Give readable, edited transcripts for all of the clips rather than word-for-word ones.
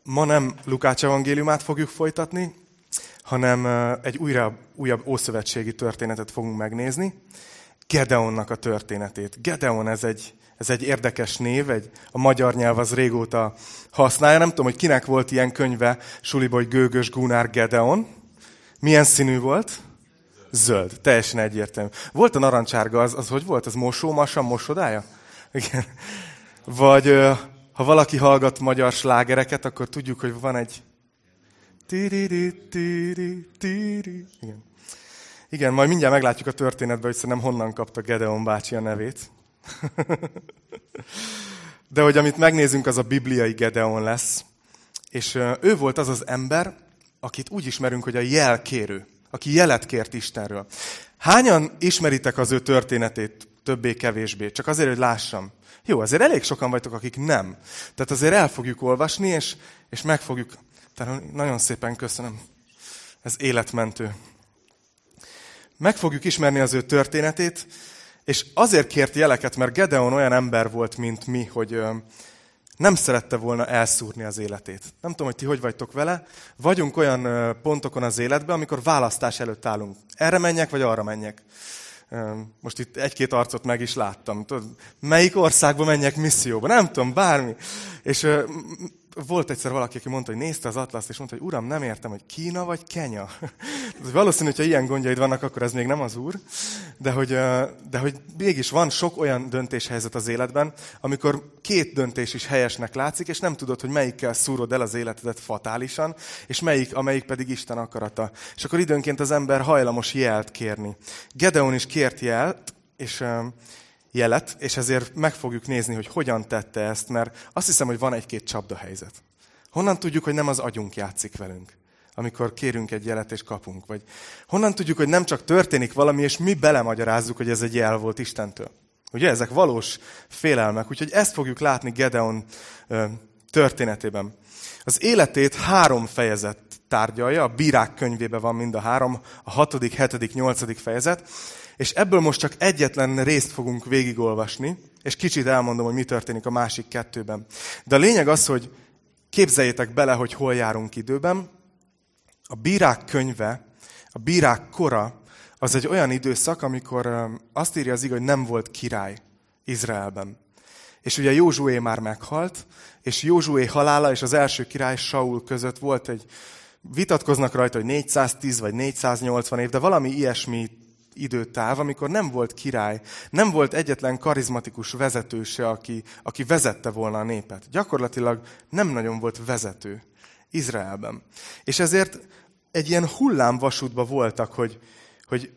Ma nem Lukács evangéliumát fogjuk folytatni, hanem egy újabb ószövetségi történetet fogunk megnézni. Gedeonnak a történetét. Gedeon ez egy érdekes név, a magyar nyelv az régóta használja. Nem tudom, hogy kinek volt ilyen könyve suliba, hogy Gőgös Gunár Gedeon. Milyen színű volt? Zöld. Teljesen egyértelmű. Volt a narancsárga, az hogy volt? Az mosómasa, mosodája? Igen. Vagy ha valaki hallgat magyar slágereket, akkor tudjuk, hogy van egy... Igen, majd mindjárt meglátjuk a történetben, hogy szerintem honnan kapta Gedeon bácsi a nevét. De hogy amit megnézünk, az a bibliai Gedeon lesz. És ő volt az az ember, akit úgy ismerünk, hogy a jelkérő, aki jelet kért Istenről. Hányan ismeritek az ő történetét többé-kevésbé? Csak azért, hogy lássam. Jó, azért elég sokan vagytok, akik nem. Tehát azért el fogjuk olvasni, és meg fogjuk... Tehát nagyon szépen köszönöm. Ez életmentő. Meg fogjuk ismerni az ő történetét, és azért kért jeleket, mert Gedeon olyan ember volt, mint mi, hogy nem szerette volna elszúrni az életét. Nem tudom, hogy ti hogy vagytok vele. Vagyunk olyan pontokon az életben, amikor választás előtt állunk. Erre menjek, vagy arra menjek? Most itt egy-két arcot meg is láttam. Tudod, melyik országba menjek misszióba? Nem tudom, bármi. És volt egyszer valaki, aki mondta, hogy nézte az atlaszt, és mondta, hogy Uram, nem értem, hogy Kína vagy Kenya. Valószínű, hogyha ilyen gondjaid vannak, akkor ez még nem az Úr. De hogy mégis van sok olyan döntéshelyzet az életben, amikor két döntés is helyesnek látszik, és nem tudod, hogy melyikkel szúrod el az életedet fatálisan, és amelyik pedig Isten akarata. És akkor időnként az ember hajlamos jelt kérni. Gedeon is kért jelet, és ezért meg fogjuk nézni, hogy hogyan tette ezt, mert azt hiszem, hogy van egy-két csapdahelyzet. Honnan tudjuk, hogy nem az agyunk játszik velünk, amikor kérünk egy jelet és kapunk? Vagy honnan tudjuk, hogy nem csak történik valami, és mi belemagyarázzuk, hogy ez egy jel volt Istentől? Ugye ezek valós félelmek, úgyhogy ezt fogjuk látni Gedeon történetében. Az életét 3 fejezet tárgyalja, a Bírák könyvében van mind a 3, a 6., 7., 8. fejezet, és ebből most csak egyetlen részt fogunk végigolvasni, és kicsit elmondom, hogy mi történik a másik 2-ben. De a lényeg az, hogy képzeljétek bele, hogy hol járunk időben. A Bírák könyve, a Bírák kora, az egy olyan időszak, amikor azt írja az ige, hogy nem volt király Izraelben. És ugye Józsué már meghalt, és Józsué halála és az első király Saul között volt vitatkoznak rajta, hogy 410 vagy 480 év, de valami ilyesmi időtáv, amikor nem volt király, nem volt egyetlen karizmatikus vezetőse, aki vezette volna a népet. Gyakorlatilag nem nagyon volt vezető Izraelben. És ezért egy ilyen hullámvasútban voltak, hogy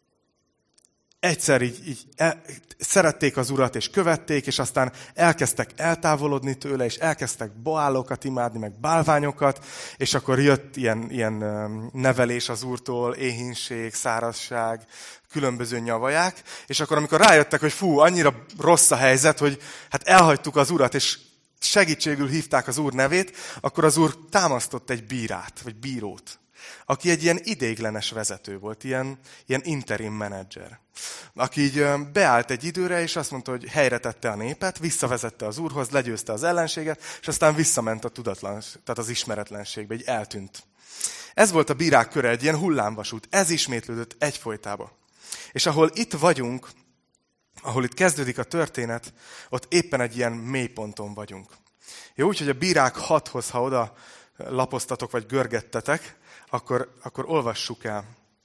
egyszer így szerették az Urat, és követték, és aztán elkezdtek eltávolodni tőle, és elkezdtek baálokat imádni, meg bálványokat, és akkor jött ilyen nevelés az Úrtól, éhínség, szárazság, különböző nyavaják, és akkor amikor rájöttek, hogy annyira rossz a helyzet, hogy hát elhagytuk az Urat, és segítségül hívták az Úr nevét, akkor az Úr támasztott egy bírát, vagy bírót, aki egy ilyen ideiglenes vezető volt, ilyen interim menedzser, aki így beállt egy időre, és azt mondta, hogy helyre tette a népet, visszavezette az Úrhoz, legyőzte az ellenséget, és aztán visszament a tehát az ismeretlenségbe, így eltűnt. Ez volt a Bírák köre, egy ilyen hullámvasút. Ez ismétlődött egyfolytában. És ahol itt vagyunk, ahol itt kezdődik a történet, ott éppen egy ilyen mélyponton vagyunk. Jó, úgyhogy a Bírák 6-hoz, ha oda lapoztatok, vagy görgettetek, akkor olvassuk el.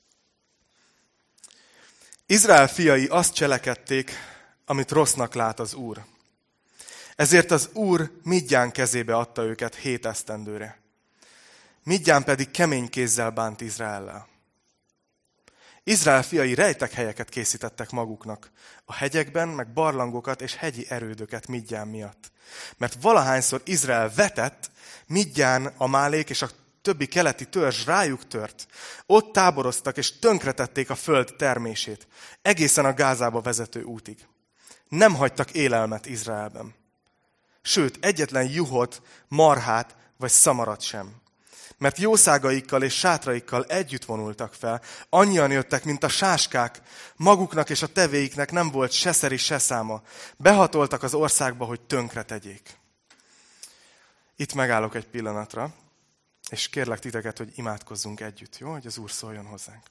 Izrael fiai azt cselekedték, amit rossznak lát az Úr. Ezért az Úr Midján kezébe adta őket 7 esztendőre. Midján pedig kemény kézzel bánt Izraellel. Izrael fiai rejtekhelyeket készítettek maguknak, a hegyekben, meg barlangokat és hegyi erődöket Midján miatt. Mert valahányszor Izrael vetett, Midján, Amálék és a többi keleti törzs rájuk tört. Ott táboroztak és tönkretették a föld termését, egészen a Gázába vezető útig. Nem hagytak élelmet Izraelben. Sőt, egyetlen juhot, marhát vagy szamarat sem. Mert jószágaikkal és sátraikkal együtt vonultak fel, annyian jöttek, mint a sáskák, maguknak és a tevéiknek nem volt se szeri, se száma. Behatoltak az országba, hogy tönkre tegyék. Itt megállok egy pillanatra, és kérlek titeket, hogy imádkozzunk együtt, jó? Hogy az Úr szóljon hozzánk.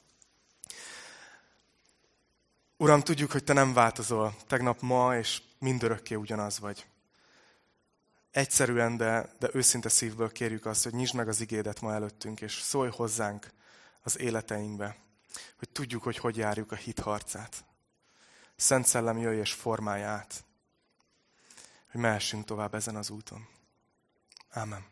Uram, tudjuk, hogy Te nem változol tegnap, ma, és mindörökké ugyanaz vagy. Egyszerűen, de őszinte szívből kérjük azt, hogy nyisd meg az igédet ma előttünk, és szólj hozzánk az életeinkbe, hogy tudjuk, hogy járjuk a hit harcát. Szent Szellem, jöjj és formálj át, hogy mehessünk tovább ezen az úton. Ámen.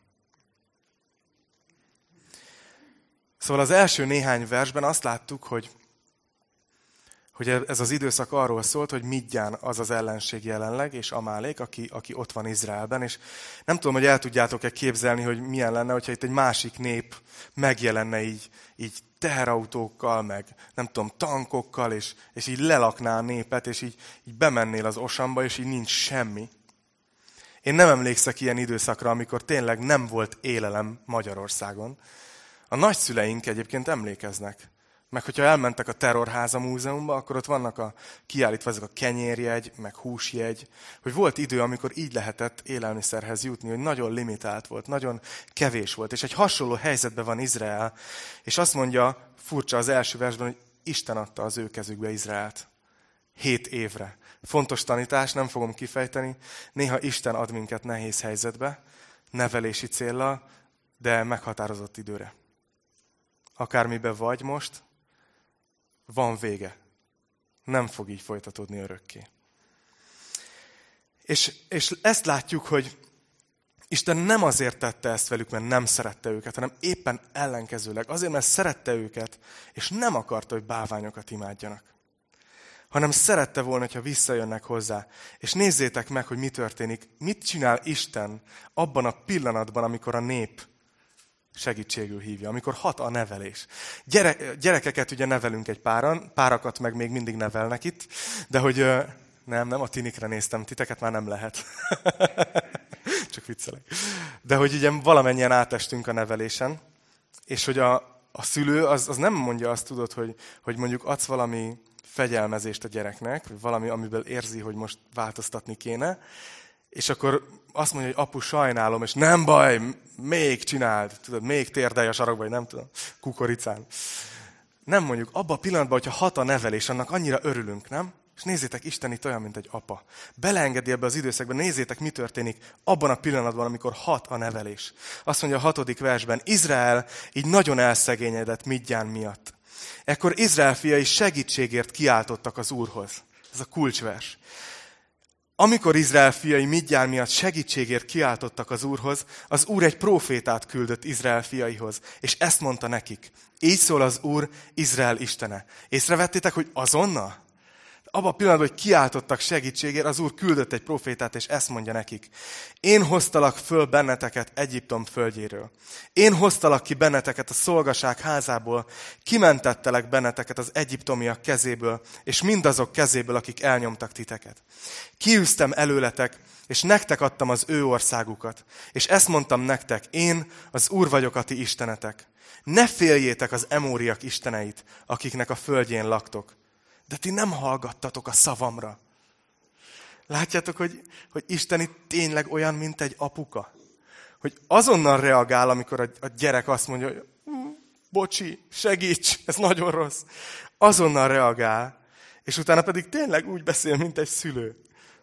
Szóval az első néhány versben azt láttuk, hogy ez az időszak arról szólt, hogy Midján az az ellenség jelenleg, és Amálék, aki ott van Izraelben, és nem tudom, hogy el tudjátok-e képzelni, hogy milyen lenne, hogyha itt egy másik nép megjelenne így teherautókkal, meg nem tudom, tankokkal, és így lelakná a népet, és így bemennél az Osamba, és így nincs semmi. Én nem emlékszek ilyen időszakra, amikor tényleg nem volt élelem Magyarországon. A nagyszüleink egyébként emlékeznek. Meg hogyha elmentek a Terrorháza múzeumba, akkor ott vannak kiállítva ezek a kenyérjegy, meg húsjegy, hogy volt idő, amikor így lehetett élelmiszerhez jutni, hogy nagyon limitált volt, nagyon kevés volt. És egy hasonló helyzetben van Izrael, és azt mondja, furcsa az első versben, hogy Isten adta az ő kezükbe Izraelt. 7 évre. Fontos tanítás, nem fogom kifejteni. Néha Isten ad minket nehéz helyzetbe, nevelési céllal, de meghatározott időre. Akármiben vagy most, van vége. Nem fog így folytatódni örökké. És ezt látjuk, hogy Isten nem azért tette ezt velük, mert nem szerette őket, hanem éppen ellenkezőleg. Azért, mert szerette őket, és nem akarta, hogy bálványokat imádjanak. Hanem szerette volna, hogyha visszajönnek hozzá. És nézzétek meg, hogy mi történik. Mit csinál Isten abban a pillanatban, amikor a nép segítségül hívja, amikor hat a nevelés. Gyerekeket ugye nevelünk egy párakat meg még mindig nevelnek itt, de hogy nem a tinikre néztem, titeket már nem lehet. Csak viccelek. De hogy ugye valamennyien átestünk a nevelésen, és hogy a szülő az nem mondja azt, tudod, hogy mondjuk adsz valami fegyelmezést a gyereknek, vagy valami, amiből érzi, hogy most változtatni kéne, és akkor azt mondja, hogy apu, sajnálom, és nem baj, még csináld, tudod, még térdelj a sarokba, vagy nem tudom, kukoricán. Nem mondjuk, abban a pillanatban, hogyha hat a nevelés, annak annyira örülünk, nem? És nézzétek, Isten itt olyan, mint egy apa. Beleengedi ebbe az időszakba, nézzétek, mi történik abban a pillanatban, amikor hat a nevelés. Azt mondja a 6. versben, Izrael így nagyon elszegényedett Midján miatt. Ekkor Izrael fiai segítségért kiáltottak az Úrhoz. Ez a kulcsvers. Amikor Izrael fiai Midján miatt segítségért kiáltottak az Úrhoz, az Úr egy prófétát küldött Izrael fiaihoz, és ezt mondta nekik. Így szól az Úr, Izrael Istene. Észrevettétek, hogy azonnal? Abban a pillanatban, hogy kiáltottak segítségért, az Úr küldött egy prófétát, és ezt mondja nekik. Én hoztalak föl benneteket Egyiptom földjéről. Én hoztalak ki benneteket a szolgaság házából, kimentettelek benneteket az egyiptomiak kezéből, és mindazok kezéből, akik elnyomtak titeket. Kiűztem előletek, és nektek adtam az ő országukat. És ezt mondtam nektek, én az Úr vagyok a ti istenetek. Ne féljétek az emóriak isteneit, akiknek a földjén laktok. De ti nem hallgattatok a szavamra. Látjátok, hogy Isten itt tényleg olyan, mint egy apuka? Hogy azonnal reagál, amikor a gyerek azt mondja, hogy bocsi, segíts, ez nagyon rossz. Azonnal reagál, és utána pedig tényleg úgy beszél, mint egy szülő.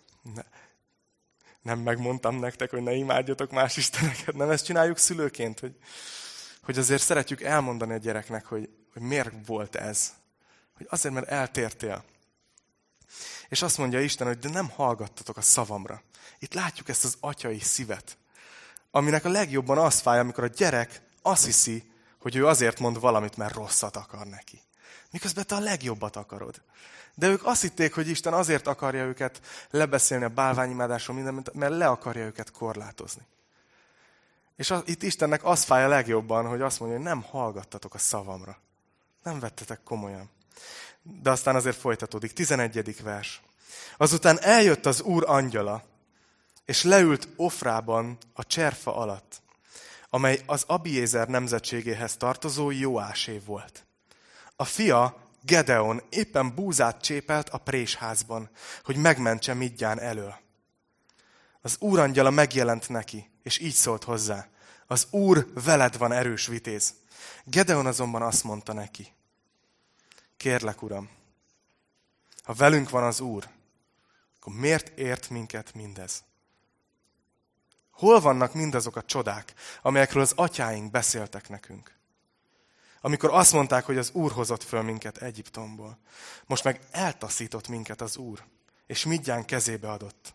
Nem megmondtam nektek, hogy ne imádjatok más isteneket. Nem ezt csináljuk szülőként, hogy azért szeretjük elmondani a gyereknek, hogy miért volt ez. Hogy azért, mert eltértél. És azt mondja Isten, hogy de nem hallgattatok a szavamra. Itt látjuk ezt az atyai szívet, aminek a legjobban az fáj, amikor a gyerek azt hiszi, hogy ő azért mond valamit, mert rosszat akar neki. Miközben te a legjobbat akarod. De ők azt hitték, hogy Isten azért akarja őket lebeszélni a bálványimádásról, mindent, mert le akarja őket korlátozni. És itt Istennek az fáj a legjobban, hogy azt mondja, hogy nem hallgattatok a szavamra. Nem vettetek komolyan. De aztán azért folytatódik. 11. vers. Azután eljött az Úr angyala, és leült Ofrában a cserfa alatt, amely az Abiézer nemzetségéhez tartozó Joásé volt. A fia, Gedeon éppen búzát csépelt a présházban, hogy megmentse Midján elől. Az Úr angyala megjelent neki, és így szólt hozzá. Az Úr veled van, erős vitéz. Gedeon azonban azt mondta neki. Kérlek, Uram, ha velünk van az Úr, akkor miért ért minket mindez? Hol vannak mindazok a csodák, amelyekről az atyáink beszéltek nekünk? Amikor azt mondták, hogy az Úr hozott föl minket Egyiptomból. Most meg eltaszított minket az Úr, és Midján kezébe adott.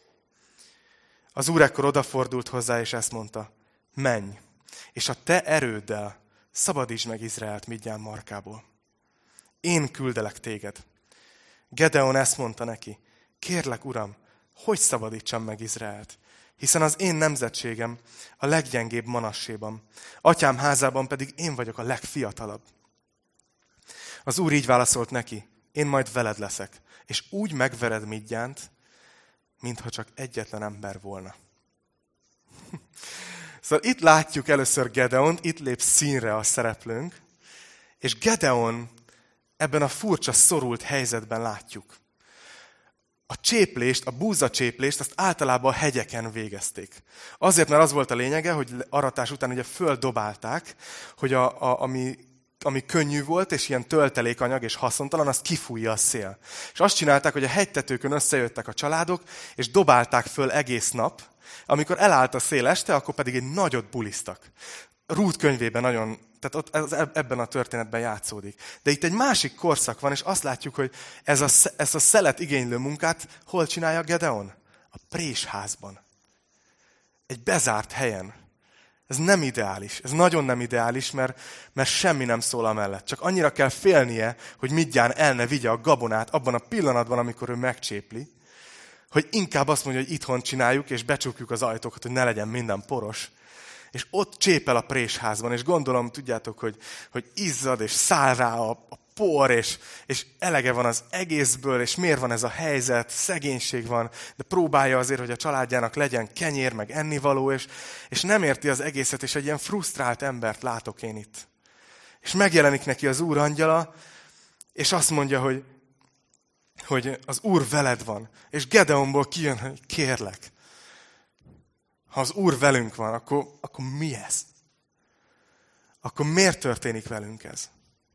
Az Úr ekkor odafordult hozzá, és ezt mondta, menj, és a te erőddel szabadítsd meg Izraelt Midján markából. Én küldelek téged. Gedeon ezt mondta neki, kérlek, Uram, hogy szabadítsam meg Izraelt? Hiszen az én nemzetségem a leggyengébb Manasséban, atyám házában pedig én vagyok a legfiatalabb. Az Úr így válaszolt neki, én majd veled leszek, és úgy megvered Midjánt, mintha csak egyetlen ember volna. Szóval itt látjuk először Gedeont, itt lép színre a szereplőnk, és Gedeon ebben a furcsa, szorult helyzetben látjuk. A cséplést, a búzacséplést, azt általában a hegyeken végezték. Azért, mert az volt a lényege, hogy aratás után ugye földobálták, hogy ami könnyű volt, és ilyen töltelékanyag és haszontalan, azt kifújja a szél. És azt csinálták, hogy a hegytetőkön összejöttek a családok, és dobálták föl egész nap. Amikor elállt a szél este, akkor pedig egy nagyot bulisztak. Rút könyvében nagyon, tehát ott ebben a történetben játszódik. De itt egy másik korszak van, és azt látjuk, hogy ezt a szelet igénylő munkát hol csinálja Gedeon? A présházban. Egy bezárt helyen. Ez nem ideális. Ez nagyon nem ideális, mert semmi nem szól amellett. Csak annyira kell félnie, hogy Midján el ne vigye a gabonát abban a pillanatban, amikor ő megcsépli, hogy inkább azt mondja, hogy itthon csináljuk, és becsukjuk az ajtókat, hogy ne legyen minden poros. És ott csépel a présházban, és gondolom, tudjátok, hogy izzad, és száll rá a por, és elege van az egészből, és miért van ez a helyzet, szegénység van, de próbálja azért, hogy a családjának legyen kenyér, meg ennivaló, és nem érti az egészet, és egy ilyen frusztrált embert látok én itt. És megjelenik neki az Úr angyala, és azt mondja, hogy az Úr veled van. És Gedeonból kijön, hogy kérlek, ha az Úr velünk van, akkor mi ez? Akkor miért történik velünk ez?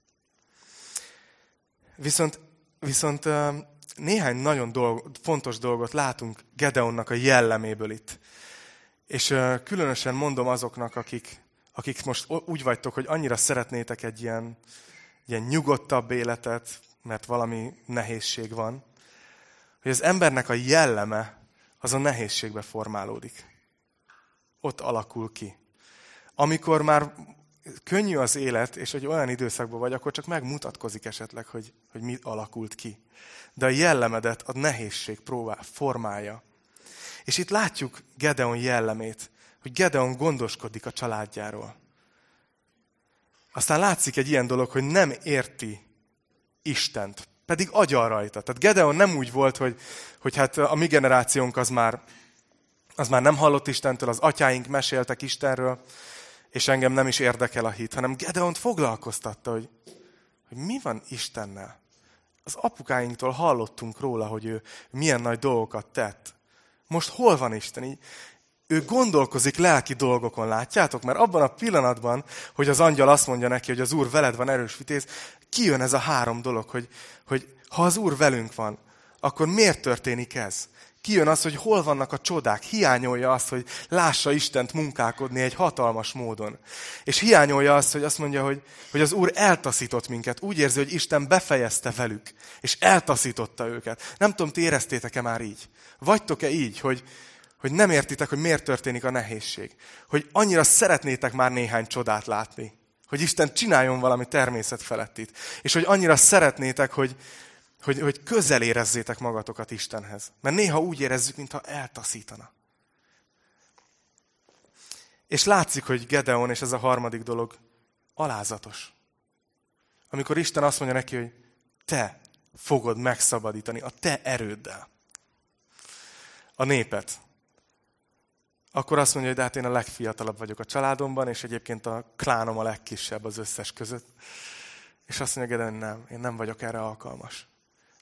Viszont néhány nagyon fontos dolgot látunk Gedeonnak a jelleméből itt. És különösen mondom azoknak, akik most úgy vagytok, hogy annyira szeretnétek egy ilyen nyugodtabb életet, mert valami nehézség van, hogy az embernek a jelleme az a nehézségbe formálódik. Ott alakul ki. Amikor már könnyű az élet, és egy olyan időszakban vagy, akkor csak megmutatkozik esetleg, hogy mi alakult ki. De a jellemedet a nehézség formálja. És itt látjuk Gedeon jellemét, hogy Gedeon gondoskodik a családjáról. Aztán látszik egy ilyen dolog, hogy nem érti Istent, pedig agyal rajta. Tehát Gedeon nem úgy volt, hogy hát a mi generációnk az már nem hallott Istentől, az atyáink meséltek Istenről, és engem nem is érdekel a hit, hanem Gedeont foglalkoztatta, hogy mi van Istennel. Az apukáinktól hallottunk róla, hogy ő milyen nagy dolgokat tett. Most hol van Isten? Így, ő gondolkozik lelki dolgokon, látjátok? Mert abban a pillanatban, hogy az angyal azt mondja neki, hogy az Úr veled van, erős vitéz, kijön ez a három dolog, hogy ha az Úr velünk van, akkor miért történik ez? Kijön az, hogy hol vannak a csodák. Hiányolja azt, hogy lássa Istent munkálkodni egy hatalmas módon. És hiányolja azt, hogy azt mondja, hogy az Úr eltaszított minket. Úgy érzi, hogy Isten befejezte velük, és eltaszította őket. Nem tudom, ti éreztétek-e már így? Vagytok-e így, hogy nem értitek, hogy miért történik a nehézség? Hogy annyira szeretnétek már néhány csodát látni. Hogy Isten csináljon valami természet felettit. És hogy annyira szeretnétek, hogy közel érezzétek magatokat Istenhez. Mert néha úgy érezzük, mintha eltaszítana. És látszik, hogy Gedeon, és ez a harmadik dolog, alázatos. Amikor Isten azt mondja neki, hogy te fogod megszabadítani a te erőddel a népet. Akkor azt mondja, hogy de hát én a legfiatalabb vagyok a családomban, és egyébként a klánom a legkisebb az összes között. És azt mondja Gedeon, nem, én nem vagyok erre alkalmas.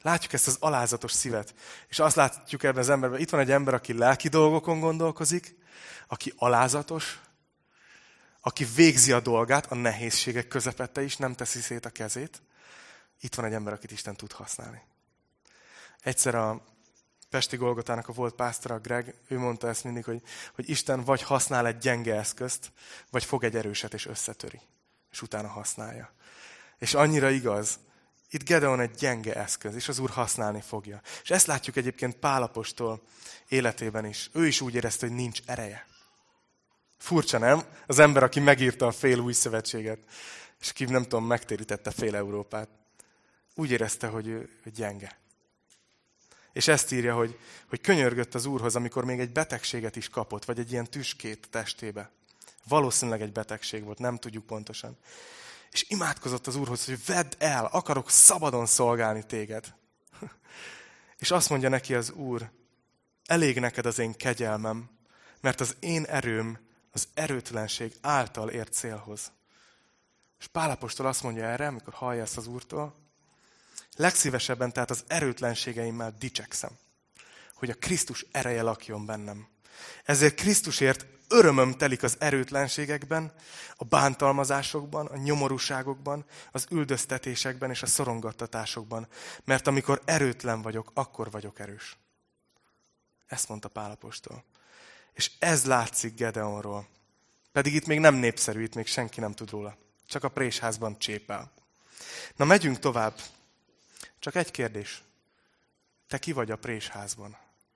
Látjuk ezt az alázatos szívet. És azt látjuk ebben az emberben, itt van egy ember, aki lelki dolgokon gondolkozik, aki alázatos, aki végzi a dolgát, a nehézségek közepette is, nem teszi szét a kezét. Itt van egy ember, akit Isten tud használni. Egyszer a Pesti Golgotának a volt pásztora, Greg, ő mondta ezt mindig, hogy Isten vagy használ egy gyenge eszközt, vagy fog egy erőset és összetöri. És utána használja. És annyira igaz, itt Gedeon egy gyenge eszköz, és az Úr használni fogja. És ezt látjuk egyébként Pál apostol életében is. Ő is úgy érezte, hogy nincs ereje. Furcsa, nem? Az ember, aki megírta a fél új szövetséget, és aki, nem tudom, megtérítette fél Európát. Úgy érezte, hogy ő gyenge. És ezt írja, hogy könyörgött az Úrhoz, amikor még egy betegséget is kapott, vagy egy ilyen tüskét testébe. Valószínűleg egy betegség volt, nem tudjuk pontosan. És imádkozott az Úrhoz, hogy vedd el, akarok szabadon szolgálni téged. És azt mondja neki az Úr, elég neked az én kegyelmem, mert az én erőm az erőtlenség által ér célhoz. És Pál apostol azt mondja erre, amikor hallja ezt az Úrtól, legszívesebben tehát az erőtlenségeimmel dicsekszem, hogy a Krisztus ereje lakjon bennem. Ezért Krisztusért örömöm telik az erőtlenségekben, a bántalmazásokban, a nyomorúságokban, az üldöztetésekben és a szorongattatásokban, mert amikor erőtlen vagyok, akkor vagyok erős. Ezt mondta Pál apostol. És ez látszik Gedeonról. Pedig itt még nem népszerű, itt még senki nem tud róla. Csak a présházban csépel. Na, megyünk tovább. Csak egy kérdés. Te ki vagy a présházban?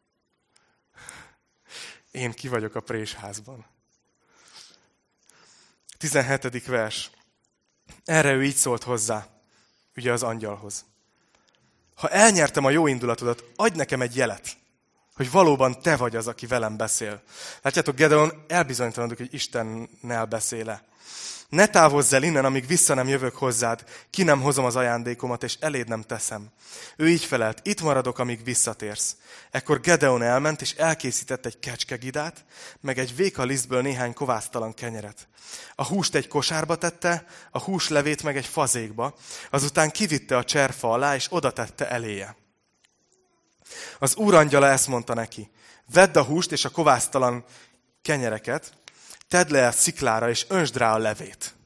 Én ki vagyok a présházban? 17. vers. Erre ő így szólt hozzá, ugye az angyalhoz. Ha elnyertem a jó indulatodat, adj nekem egy jelet, hogy valóban te vagy az, aki velem beszél. Látjátok, Gedeon elbizonytalanodik, hogy Istennel beszél-e. Ne távozz el innen, amíg vissza nem jövök hozzád, ki nem hozom az ajándékomat, és eléd nem teszem. Ő így felelt, itt maradok, amíg visszatérsz. Ekkor Gedeon elment, és elkészített egy kecskegidát, meg egy vékalisztből néhány kovásztalan kenyeret. A húst egy kosárba tette, a húslevét meg egy fazékba, azután kivitte a cserfa alá, és oda tette eléje. Az Úr angyala ezt mondta neki, vedd a húst és a kovásztalan kenyereket, tedd le a sziklára, és öntsd rá a levét.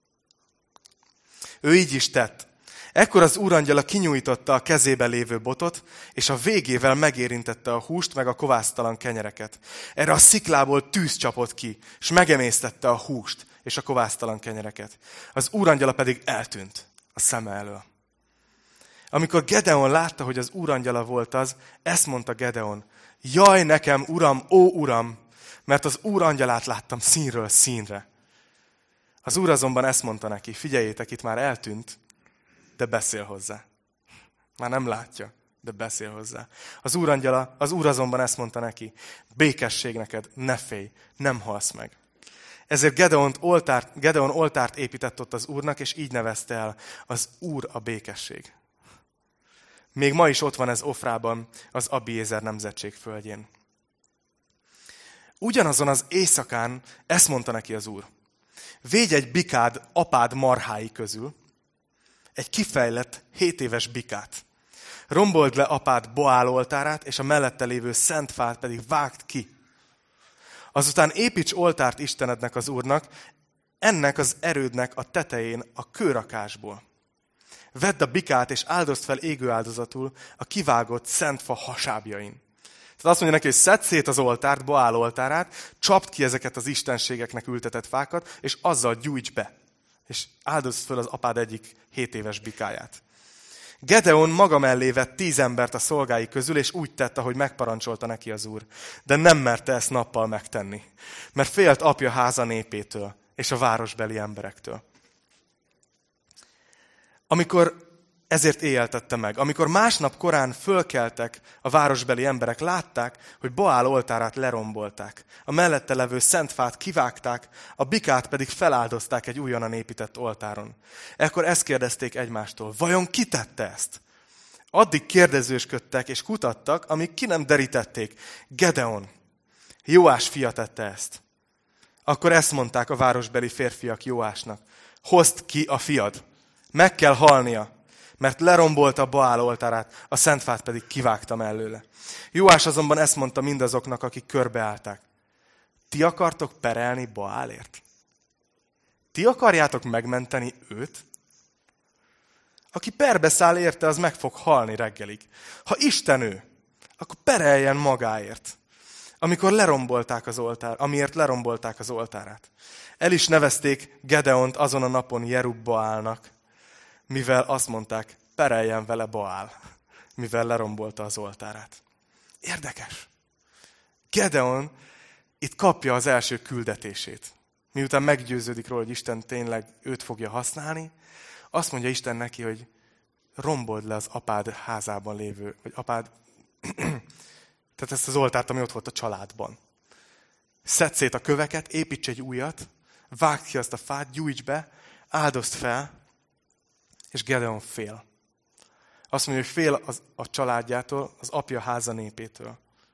Ő így is tett. Ekkor az úrangyala kinyújtotta a kezébe lévő botot, és a végével megérintette a húst, meg a kovásztalan kenyereket. Erre a sziklából tűz csapott ki, és megemésztette a húst, és a kovásztalan kenyereket. Az úrangyala pedig eltűnt a szeme elől. Amikor Gedeon látta, hogy az úrangyala volt az, ezt mondta Gedeon, jaj nekem, Uram, ó Uram, mert az Úr angyalát láttam színről színre. Az Úr azonban ezt mondta neki, figyeljétek, itt már eltűnt, de beszél hozzá. Már nem látja, de beszél hozzá. Az Úr azonban ezt mondta neki, békesség neked, ne félj, nem halsz meg. Ezért Gedeon oltárt épített ott az Úrnak, és így nevezte el, az Úr a békesség. Még ma is ott van ez Ofrában, az Abiézer nemzetség földjén. Ugyanazon az éjszakán ezt mondta neki az Úr. Védj egy bikád apád marhái közül, egy kifejlett 7 éves bikát. Rombold le apád Boál oltárát, és a mellette lévő szent fát pedig vágd ki. Azután építs oltárt Istenednek az Úrnak, ennek az erődnek a tetején a kőrakásból. Vedd a bikát, és áldozd fel égő áldozatul a kivágott szent fa hasábjain. Tehát azt mondja neki, hogy szedd szét az oltárt, Boál oltárát, csapd ki ezeket az istenségeknek ültetett fákat, és azzal gyújts be. És áldozd föl az apád egyik 7 éves bikáját. Gedeon maga mellé vett 10 embert a szolgái közül, és úgy tette, ahogy megparancsolta neki az Úr. De nem merte ezt nappal megtenni, mert félt apja háza népétől és a városbeli emberektől. Ezért éjjel tette meg. Amikor másnap korán fölkeltek, a városbeli emberek látták, hogy Boál oltárát lerombolták. A mellette levő szent fát kivágták, a bikát pedig feláldozták egy újonnan épített oltáron. Ekkor ezt kérdezték egymástól, vajon ki tette ezt? Addig kérdezősködtek és kutattak, amíg ki nem derítették. Gedeon, Jóás fia tette ezt. Akkor ezt mondták a városbeli férfiak Jóásnak. Hozd ki a fiad, meg kell halnia. mert lerombolta Baál oltárát, a szentfát pedig kivágta mellőle. Jóás azonban ezt mondta mindazoknak, akik körbeállták. Ti akartok perelni Baálért? Ti akarjátok megmenteni őt? Aki perbe száll érte, az meg fog halni reggelig. Ha Isten ő, akkor pereljen magáért, amiért lerombolták az oltárát. El is nevezték Gedeont azon a napon Jerub-Baálnak, mivel azt mondták, pereljen vele Baál, mivel lerombolta az oltárát. Érdekes. Gedeon itt kapja az első küldetését. Miután meggyőződik róla, hogy Isten tényleg őt fogja használni, azt mondja Isten neki, hogy rombold le az apád házában lévő, vagy apád, tehát ezt az oltárt, ami ott volt a családban. Szedd szét a köveket, építs egy újat, vágd ki azt a fát, gyújts be, áldozd fel, és Gedeon fél. Azt mondja, hogy fél a családjától, az apja háza népétől.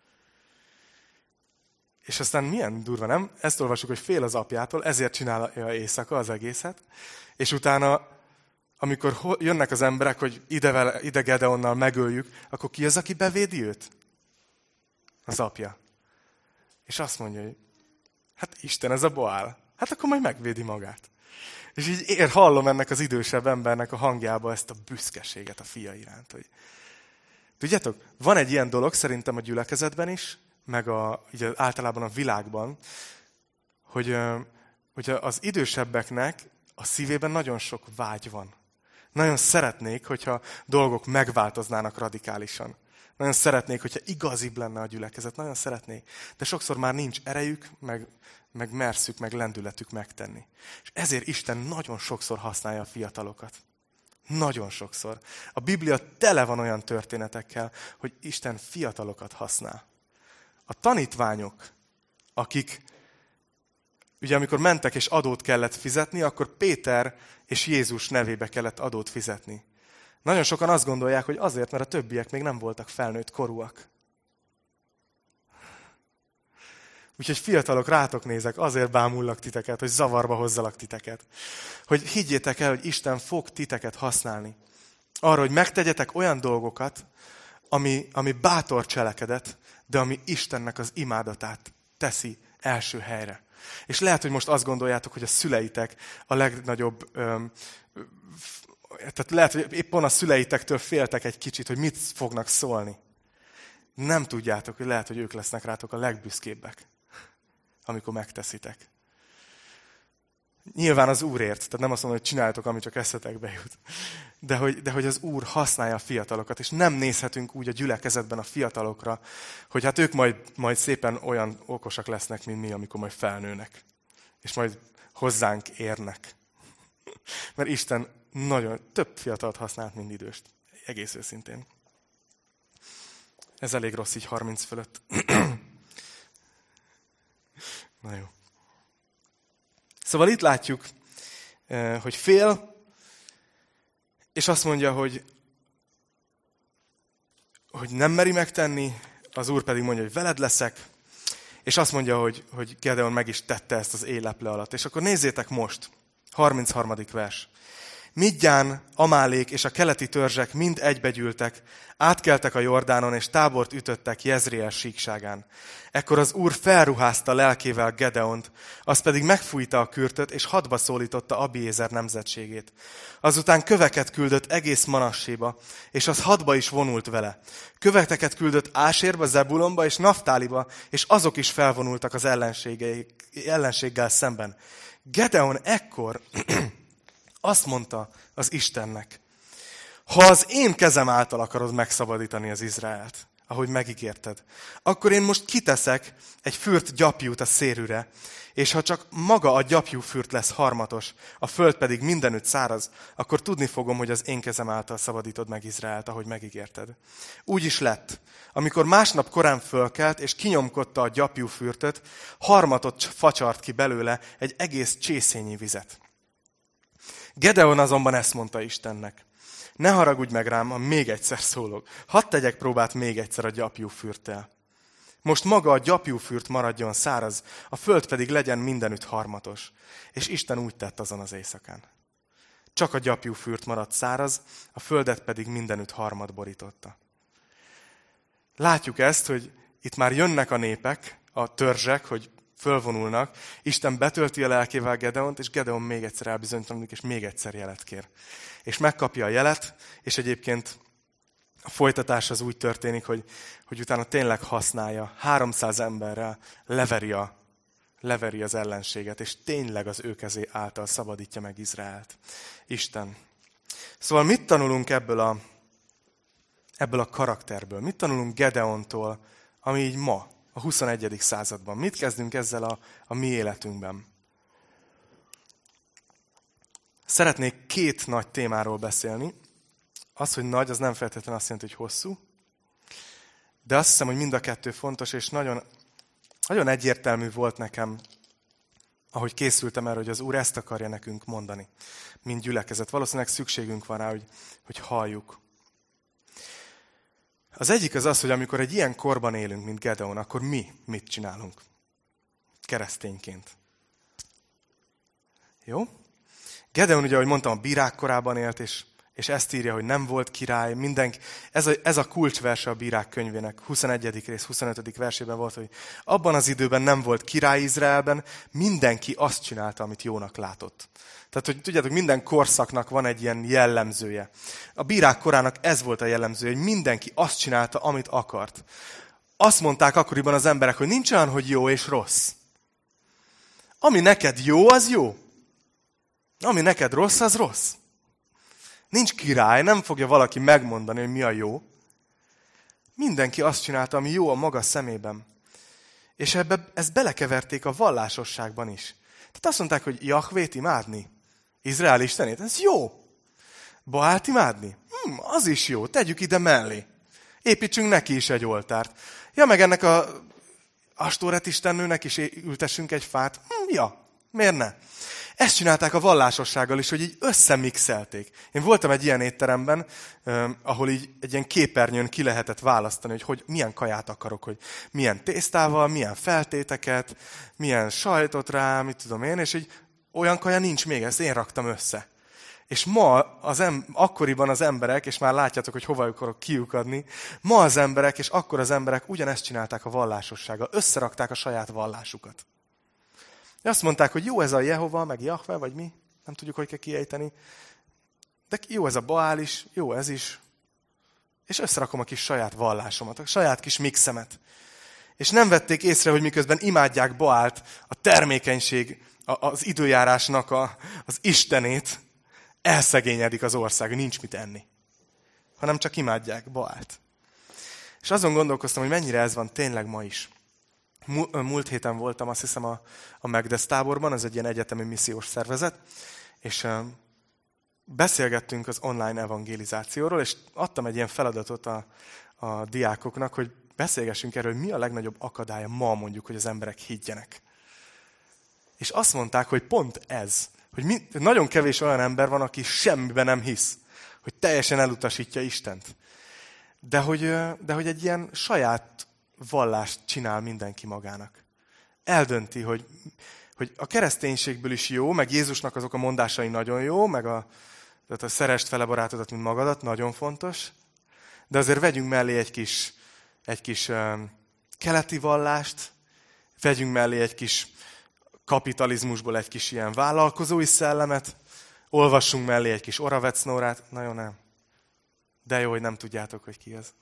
És aztán milyen durva, nem? Ezt olvasjuk, hogy fél az apjától, ezért csinálja éjszaka az egészet, és utána, amikor jönnek az emberek, hogy ide Gedeonnal megöljük, akkor ki az, aki bevédi őt? Az apja. És azt mondja, hogy hát Isten, ez a Baál. Hát akkor majd megvédi magát. És így hallom ennek az idősebb embernek a hangjába ezt a büszkeséget a fia iránt. Hogy... Tudjátok, van egy ilyen dolog szerintem a gyülekezetben is, meg így általában a világban, hogy az idősebbeknek a szívében nagyon sok vágy van. Nagyon szeretnék, hogyha dolgok megváltoznának radikálisan. Nagyon szeretnék, hogyha igazibb lenne a gyülekezet. Nagyon szeretnék. De sokszor már nincs erejük, meg merszük, meg lendületük megtenni. És ezért Isten nagyon sokszor használja a fiatalokat. Nagyon sokszor. A Biblia tele van olyan történetekkel, hogy Isten fiatalokat használ. A tanítványok, akik, ugye amikor mentek és adót kellett fizetni, akkor Péter és Jézus nevébe kellett adót fizetni. Nagyon sokan azt gondolják, hogy azért, mert a többiek még nem voltak felnőtt korúak. Úgyhogy fiatalok, rátok nézek, azért bámullak titeket, hogy zavarba hozzalak titeket. Hogy higgyétek el, hogy Isten fog titeket használni. Arra, hogy megtegyetek olyan dolgokat, ami bátor cselekedet, de ami Istennek az imádatát teszi első helyre. És lehet, hogy most azt gondoljátok, hogy a szüleitek a legnagyobb... Tehát lehet, hogy éppen a szüleitektől féltek egy kicsit, hogy mit fognak szólni. Nem tudjátok, hogy lehet, hogy ők lesznek rátok a legbüszkébbek, amikor megteszitek. Nyilván az Úrért, tehát nem azt mondom, hogy csináljátok, ami csak eszetekbe jut. De hogy az Úr használja a fiatalokat, és nem nézhetünk úgy a gyülekezetben a fiatalokra, hogy hát ők majd szépen olyan okosak lesznek, mint mi, amikor majd felnőnek. És majd hozzánk érnek. Mert Isten nagyon több fiatalt használt, mint időst. Egész őszintén. Ez elég rossz így 30 fölött. Na jó. Szóval itt látjuk, hogy fél, és azt mondja, hogy nem meri megtenni, az Úr pedig mondja, hogy veled leszek, és azt mondja, hogy Gedeon meg is tette ezt az éjleple alatt. És akkor nézzétek most, 33. vers. Midján, Amálék és a keleti törzsek mind egybegyűltek, átkeltek a Jordánon, és tábort ütöttek Jezreel síkságán. Ekkor az Úr felruházta lelkével Gedeont, az pedig megfújta a kürtöt, és hadba szólította Abiézer nemzetségét. Azután köveket küldött egész Manasséba, és az hadba is vonult vele. Követeket küldött Ásérba, Zebulonba és Naftáliba, és azok is felvonultak az ellenséggel szemben. Gedeon ekkor azt mondta az Istennek, ha az én kezem által akarod megszabadítani az Izraelt, ahogy megígérted, akkor én most kiteszek egy fürt gyapjút a szérűre, és ha csak maga a gyapjú fürt lesz harmatos, a föld pedig mindenütt száraz, akkor tudni fogom, hogy az én kezem által szabadítod meg Izraelt, ahogy megígérted. Úgy is lett. Amikor másnap korán fölkelt, és kinyomkodta a gyapjú fürtöt, harmatot facsart ki belőle egy egész csészényi vizet. Gedeon azonban ezt mondta Istennek. Ne haragudj meg rám, ha még egyszer szólok. Hadd tegyek próbát még egyszer a gyapjú fürttel. Most maga a gyapjú fürt maradjon száraz, a föld pedig legyen mindenütt harmatos. És Isten úgy tett azon az éjszakán. csak a gyapjúfürt maradt száraz, a földet pedig mindenütt harmad borította. Látjuk ezt, hogy itt már jönnek a népek, a törzsek, hogy fölvonulnak. Isten betölti a lelkével Gedeont, és Gedeon még egyszer elbizonytalanodik, és még egyszer jelet kér. És megkapja a jelet, és egyébként a folytatás az úgy történik, hogy utána tényleg használja. 300 emberrel leveri az ellenséget, és tényleg az ő kezé által szabadítja meg Izraelt. Isten. Szóval mit tanulunk ebből a karakterből? Mit tanulunk Gedeontól, ami így ma, a 21. században? Mit kezdünk ezzel a mi életünkben? Szeretnék 2 nagy témáról beszélni. Az, hogy nagy, az nem feltétlenül azt jelenti, hogy hosszú. De azt hiszem, hogy mind a 2 fontos, és nagyon, nagyon egyértelmű volt nekem, ahogy készültem erre, hogy az Úr ezt akarja nekünk mondani, mint gyülekezet. Valószínűleg szükségünk van rá, hogy halljuk. Az egyik az, hogy amikor egy ilyen korban élünk, mint Gedeon, akkor mi mit csinálunk? Keresztényként. Jó? Gedeon ugye, ahogy mondtam, a bírák korában élt, és ezt írja, hogy nem volt király. Mindenki, ez a kulcsverse a Bírák könyvének, 21. rész, 25. versében volt, hogy abban az időben nem volt király Izraelben, mindenki azt csinálta, amit jónak látott. Tehát, hogy tudjátok, minden korszaknak van egy ilyen jellemzője. A bírák korának ez volt a jellemzője, hogy mindenki azt csinálta, amit akart. Azt mondták akkoriban az emberek, hogy nincs olyan, hogy jó és rossz. Ami neked jó, az jó. Ami neked rossz, az rossz. Nincs király, nem fogja valaki megmondani, hogy mi a jó. Mindenki azt csinálta, ami jó a maga szemében. És ezt belekeverték a vallásosságban is. Tehát azt mondták, hogy Jahvét imádni, Izrael istenét, ez jó. Baált imádni, az is jó, tegyük ide mellé. Építsünk neki is egy oltárt. Ja, meg ennek a Astoret istennőnek is ültessünk egy fát. Ja, miért ne? Ezt csinálták a vallásossággal is, hogy így összemixelték. Én voltam egy ilyen étteremben, ahol így egy ilyen képernyőn ki lehetett választani, hogy milyen kaját akarok, hogy milyen tésztával, milyen feltéteket, milyen sajtot rá, mit tudom én, és így olyan kaja nincs még, ezt én raktam össze. És ma akkoriban az emberek, és már látjátok, hogy hova akarok kiukadni, ma az emberek, és akkor az emberek ugyanezt csinálták a vallásossággal, összerakták a saját vallásukat. Azt mondták, hogy jó ez a Jehova, meg Jahve, vagy mi, nem tudjuk, hogy kell kiejteni, de jó ez a Baál is, jó ez is, és összerakom a kis saját vallásomat, a saját kis mixemet. És nem vették észre, hogy miközben imádják Baált, a termékenység, az időjárásnak az istenét, elszegényedik az ország, nincs mit enni. Hanem csak imádják Baált. És azon gondolkoztam, hogy mennyire ez van tényleg ma is. Múlt héten voltam, azt hiszem, a Megdesz táborban, ez egy ilyen egyetemi missziós szervezet, és beszélgettünk az online evangelizációról, és adtam egy ilyen feladatot a diákoknak, hogy beszélgessünk erről, hogy mi a legnagyobb akadálya ma mondjuk, hogy az emberek higgyenek. És azt mondták, hogy pont ez, hogy nagyon kevés olyan ember van, aki semmiben nem hisz, hogy teljesen elutasítja Istent. De hogy egy ilyen saját vallást csinál mindenki magának. Eldönti, hogy a kereszténységből is jó, meg Jézusnak azok a mondásai nagyon jó, meg tehát a szeresd fele barátodat, mint magadat, nagyon fontos, de azért vegyünk mellé egy kis keleti vallást, vegyünk mellé egy kis kapitalizmusból egy kis ilyen vállalkozói szellemet, olvassunk mellé egy kis Oravec-Nórát, nagyon nem. De jó, hogy nem tudjátok, hogy ki az.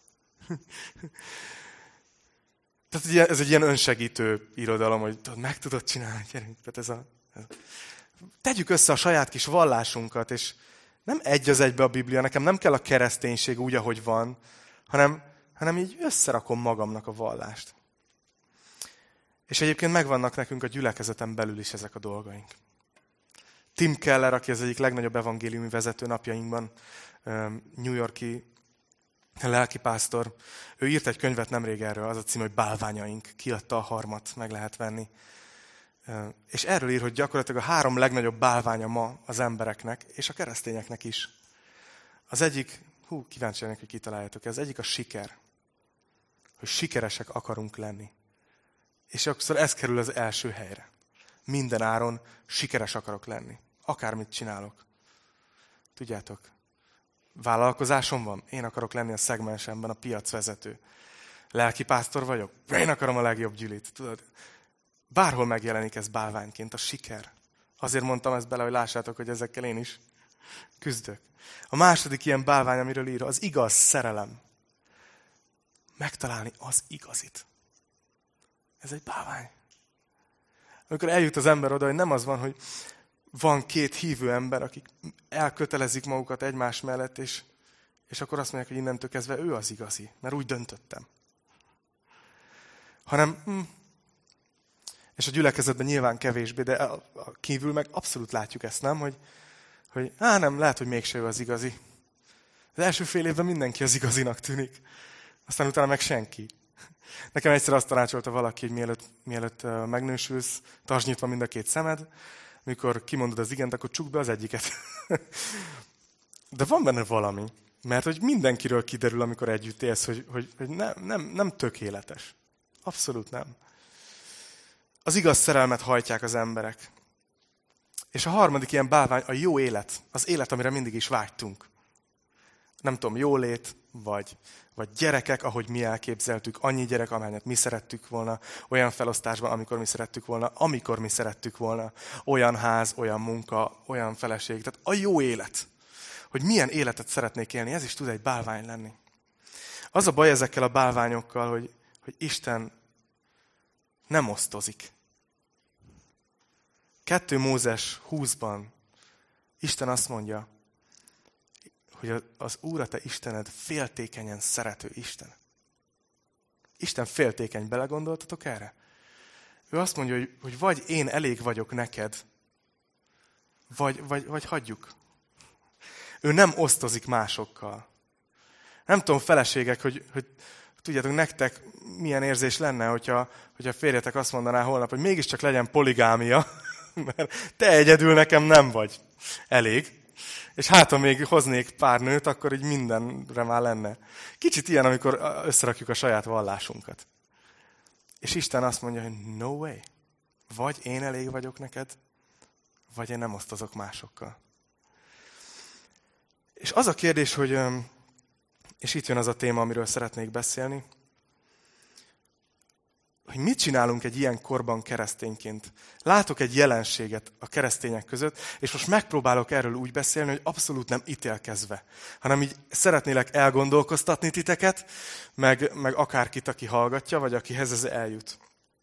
Tehát ez egy ilyen önsegítő irodalom, hogy meg tudod csinálni, gyerünk. Tehát tegyük össze a saját kis vallásunkat, és nem egy az egybe a Biblia, nekem nem kell a kereszténység úgy, ahogy van, hanem így összerakom magamnak a vallást. És egyébként megvannak nekünk a gyülekezeten belül is ezek a dolgaink. Tim Keller, aki az egyik legnagyobb evangéliumi vezető napjainkban, New York-i lelkipásztor, ő írt egy könyvet nemrég erről, az a cím, hogy Bálványaink, kiadta a harmat, meg lehet venni. És erről ír, hogy gyakorlatilag a 3 legnagyobb bálványa ma az embereknek, és a keresztényeknek is. Az egyik, kíváncsi lennék, hogy kitaláljátok, az egyik a siker. Hogy sikeresek akarunk lenni. És akkor ez kerül az első helyre. Minden áron sikeres akarok lenni. Akármit csinálok. Tudjátok, vállalkozásom van, én akarok lenni a szegmensemben a piacvezető. Lelkipásztor vagyok, én akarom a legjobb gyűlit. Tudod, bárhol megjelenik ez bálványként, a siker. Azért mondtam ezt bele, hogy lássátok, hogy ezekkel én is küzdök. A második ilyen bálvány, amiről ír, az igaz szerelem. Megtalálni az igazit. Ez egy bálvány. Amikor eljut az ember oda, hogy nem az van, hogy van két hívő ember, akik elkötelezik magukat egymás mellett, és akkor azt mondják, hogy innentől kezdve ő az igazi, mert úgy döntöttem. Hanem, és a gyülekezetben nyilván kevésbé, de a kívül meg abszolút látjuk ezt, nem? Hogy nem, lehet, hogy mégse ő az igazi. Az első fél évben mindenki az igazinak tűnik. Aztán utána meg senki. Nekem egyszer azt tanácsolta valaki, hogy mielőtt megnősülsz, tartsd nyitva mind a két szemed, mikor kimondod az igent, akkor csukd be az egyiket. De van benne valami. Mert hogy mindenkiről kiderül, amikor együtt élsz, hogy nem tökéletes. Abszolút nem. Az igaz szerelmet hajtják az emberek. És a harmadik ilyen bálvány a jó élet. Az élet, amire mindig is vágytunk. Nem tudom, jólét, vagy gyerekek, ahogy mi elképzeltük, annyi gyerek, amelyet mi szerettük volna, olyan felosztásban, amikor mi szerettük volna, olyan ház, olyan munka, olyan feleség. Tehát a jó élet. Hogy milyen életet szeretnék élni, ez is tud egy bálvány lenni. Az a baj ezekkel a bálványokkal, hogy Isten nem osztozik. 2 Mózes 20-ban Isten azt mondja, hogy az Úr a te Istened féltékenyen szerető Isten. Isten féltékeny, belegondoltatok erre? Ő azt mondja, hogy vagy én elég vagyok neked, vagy hagyjuk. Ő nem osztozik másokkal. Nem tudom, feleségek, hogy tudjátok, nektek milyen érzés lenne, hogyha férjetek azt mondaná holnap, hogy mégiscsak legyen poligámia, mert te egyedül nekem nem vagy elég. És hát, ha még hoznék pár nőt, akkor így mindenre már lenne. Kicsit ilyen, amikor összerakjuk a saját vallásunkat. És Isten azt mondja, hogy no way. Vagy én elég vagyok neked, vagy én nem osztozok másokkal. És az a kérdés, hogy, és itt jön az a téma, amiről szeretnék beszélni, hogy mit csinálunk egy ilyen korban keresztényként. Látok egy jelenséget a keresztények között, és most megpróbálok erről úgy beszélni, hogy abszolút nem ítélkezve, hanem így szeretnélek elgondolkoztatni titeket, meg akárkit, aki hallgatja, vagy akihez ez eljut.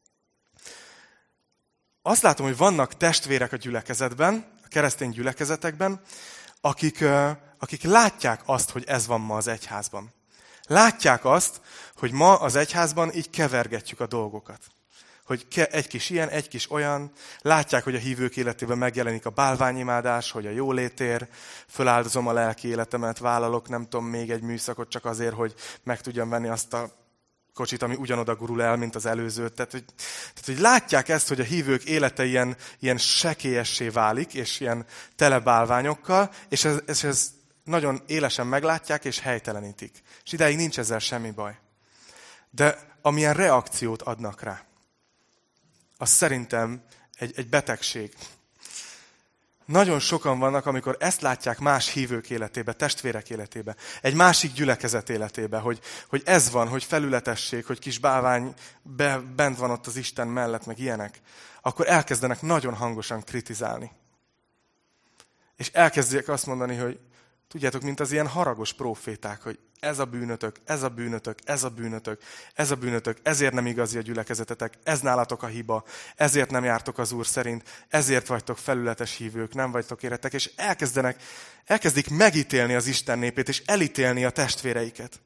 Azt látom, hogy vannak testvérek a gyülekezetben, a keresztény gyülekezetekben, akik látják azt, hogy ez van ma az egyházban. Látják azt, hogy ma az egyházban így kevergetjük a dolgokat. Hogy egy kis ilyen, egy kis olyan. Látják, hogy a hívők életében megjelenik a bálványimádás, hogy a jólétér, föláldozom a lelki életemet, vállalok, nem tudom, még egy műszakot csak azért, hogy meg tudjam venni azt a kocsit, ami ugyanoda gurul el, mint az előző. Tehát, hogy látják ezt, hogy a hívők élete ilyen sekélyessé válik, és ilyen tele bálványokkal, és ez nagyon élesen meglátják, és helytelenítik. És idáig nincs ezzel semmi baj. De amilyen reakciót adnak rá, az szerintem egy betegség. Nagyon sokan vannak, amikor ezt látják más hívők életébe, testvérek életébe, egy másik gyülekezet életébe, hogy ez van, hogy felületesség, hogy kis bálvány bent van ott az Isten mellett, meg ilyenek, akkor elkezdenek nagyon hangosan kritizálni. És elkezdják azt mondani, hogy tudjátok, mint az ilyen haragos próféták, hogy ez a bűnötök, ez a bűnötök, ez a bűnötök, ez a bűnötök, ezért nem igazi a gyülekezetetek, ez nálatok a hiba, ezért nem jártok az Úr szerint, ezért vagytok felületes hívők, nem vagytok érettek, és elkezdik megítélni az Isten népét, és elítélni a testvéreiket.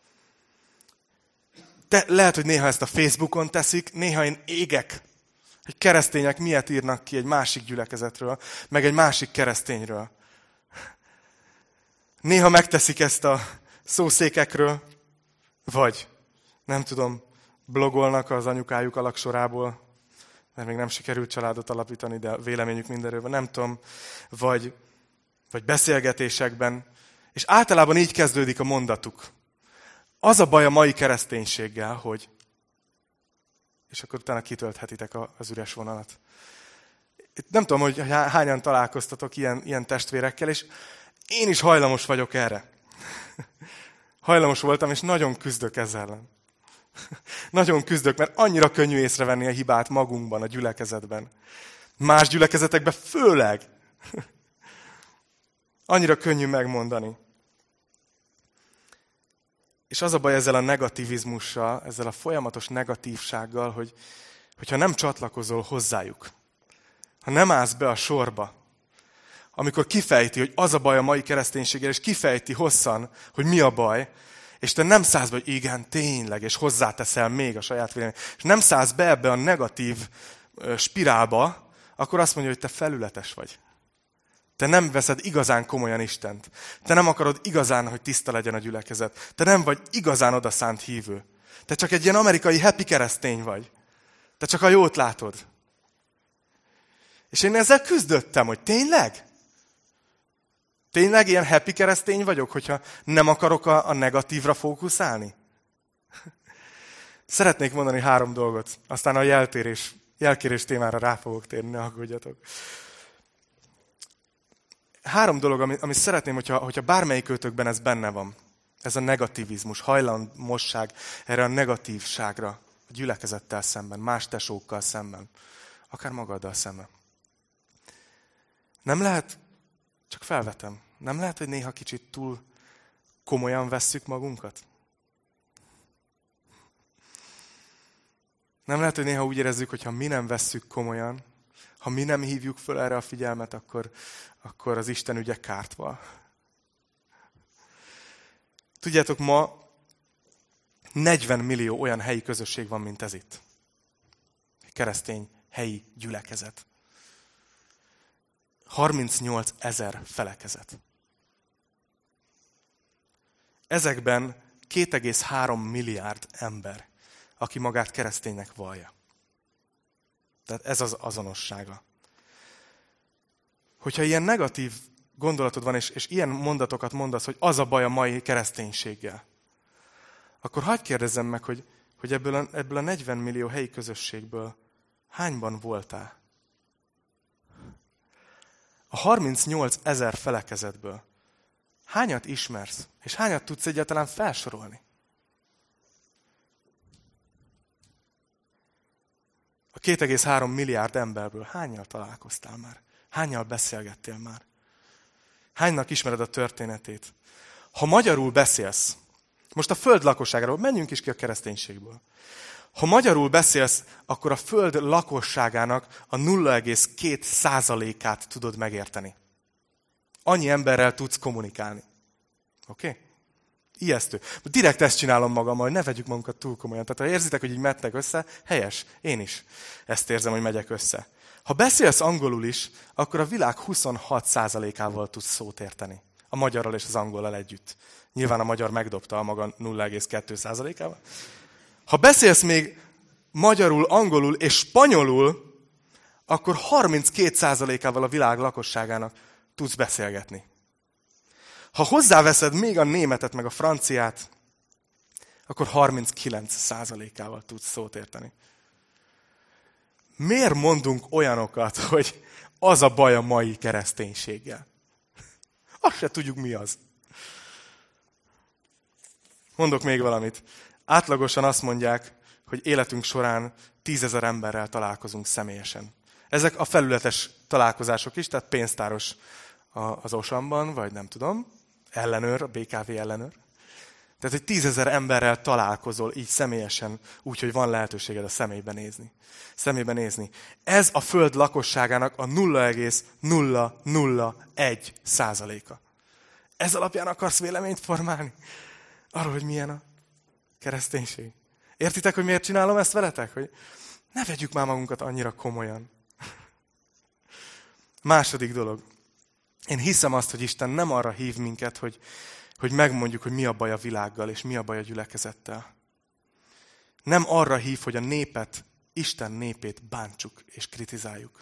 Lehet, hogy néha ezt a Facebookon teszik, néha én égek, hogy keresztények miért írnak ki egy másik gyülekezetről, meg egy másik keresztényről. Néha megteszik ezt a szószékekről, vagy, nem tudom, blogolnak az anyukájuk alaksorából, mert még nem sikerült családot alapítani, de véleményük mindenről van, nem tudom, vagy beszélgetésekben, és általában így kezdődik a mondatuk. Az a baj a mai kereszténységgel, hogy, és akkor utána kitölthetitek az üres vonalat. Nem tudom, hogy hányan találkoztatok ilyen testvérekkel, és Én is hajlamos vagyok erre. Hajlamos voltam, és nagyon küzdök ezzel ellen. Nagyon küzdök, mert annyira könnyű észrevenni a hibát magunkban, a gyülekezetben. Más gyülekezetekben főleg. Annyira könnyű megmondani. És az a baj ezzel a negativizmussal, ezzel a folyamatos negatívsággal, hogyha nem csatlakozol hozzájuk, ha nem állsz be a sorba, amikor kifejti, hogy az a baj a mai kereszténységgel, és kifejti hosszan, hogy mi a baj, és te nem szállsz be, hogy igen, tényleg, és hozzáteszel még a saját vélemény, és nem szállsz be ebbe a negatív spirálba, akkor azt mondja, hogy te felületes vagy. Te nem veszed igazán komolyan Istent. Te nem akarod igazán, hogy tiszta legyen a gyülekezet. Te nem vagy igazán odaszánt hívő. Te csak egy ilyen amerikai happy keresztény vagy. Te csak a jót látod. És én ezzel küzdöttem, hogy tényleg? Tényleg ilyen happy keresztény vagyok, hogyha nem akarok a negatívra fókuszálni? Szeretnék mondani 3 dolgot, aztán a jelkérés témára rá fogok térni, ne aggódjatok. 3 dolog, amit szeretném, hogyha bármelyikőtökben ez benne van. Ez a negativizmus, hajlamosság erre a negatívságra, a gyülekezettel szemben, más tesókkal szemben, akár magaddal szemben. Nem lehet, csak felvetem, nem lehet, hogy néha kicsit túl komolyan vesszük magunkat? Nem lehet, hogy néha úgy érezzük, hogy ha mi nem vesszük komolyan, ha mi nem hívjuk föl erre a figyelmet, akkor az Isten ügye kárt val. Tudjátok, ma 40 millió olyan helyi közösség van, mint ez itt. Keresztény helyi gyülekezet. 38 000 felekezet. Ezekben 2,3 milliárd ember, aki magát kereszténynek vallja. Tehát ez az azonossága. Hogyha ilyen negatív gondolatod van, és ilyen mondatokat mondasz, hogy az a baj a mai kereszténységgel, akkor hadd kérdezzem meg, hogy ebből a 40 millió helyi közösségből hányban voltál? A 38 000 felekezetből hányat ismersz, és hányat tudsz egyáltalán felsorolni? A 2,3 milliárd emberből hánnyal találkoztál már? Hánnyal beszélgettél már? Hánynak ismered a történetét? Ha magyarul beszélsz, most a föld lakosságáról, menjünk is ki a kereszténységből. Ha magyarul beszélsz, akkor a föld lakosságának a 0,2%-át tudod megérteni. Annyi emberrel tudsz kommunikálni. Oké? Ijesztő. Direkt ezt csinálom magammal, hogy ne vegyük magunkat túl komolyan. Tehát ha érzitek, hogy így mettek össze, helyes. Én is ezt érzem, hogy megyek össze. Ha beszélsz angolul is, akkor a világ 26%-ával tudsz szót érteni. A magyarral és az angollal együtt. Nyilván a magyar megdobta a maga 0,2%-ával. Ha beszélsz még magyarul, angolul és spanyolul, akkor 32%-ával a világ lakosságának tudsz beszélgetni. Ha hozzáveszed még a németet meg a franciát, akkor 39%-ával tudsz szót érteni. Miért mondunk olyanokat, hogy az a baj a mai kereszténységgel? Azt se tudjuk, mi az. Mondok még valamit. Átlagosan azt mondják, hogy életünk során 10 000 emberrel találkozunk személyesen. Ezek a felületes találkozások is, tehát pénztáros az Osamban, vagy nem tudom, ellenőr, a BKV ellenőr. Tehát, hogy 10 000 emberrel találkozol így személyesen, úgy, hogy van lehetőséged a szemébe nézni. Ez a föld lakosságának a 0,001%-a. Ez alapján akarsz véleményt formálni? Arról, hogy milyen a kereszténység. Értitek, hogy miért csinálom ezt veletek? Hogy ne vegyük már magunkat annyira komolyan. Második dolog. Én hiszem azt, hogy Isten nem arra hív minket, hogy megmondjuk, hogy mi a baj a világgal, és mi a baj a gyülekezettel. Nem arra hív, hogy a népet, Isten népét bántsuk és kritizáljuk.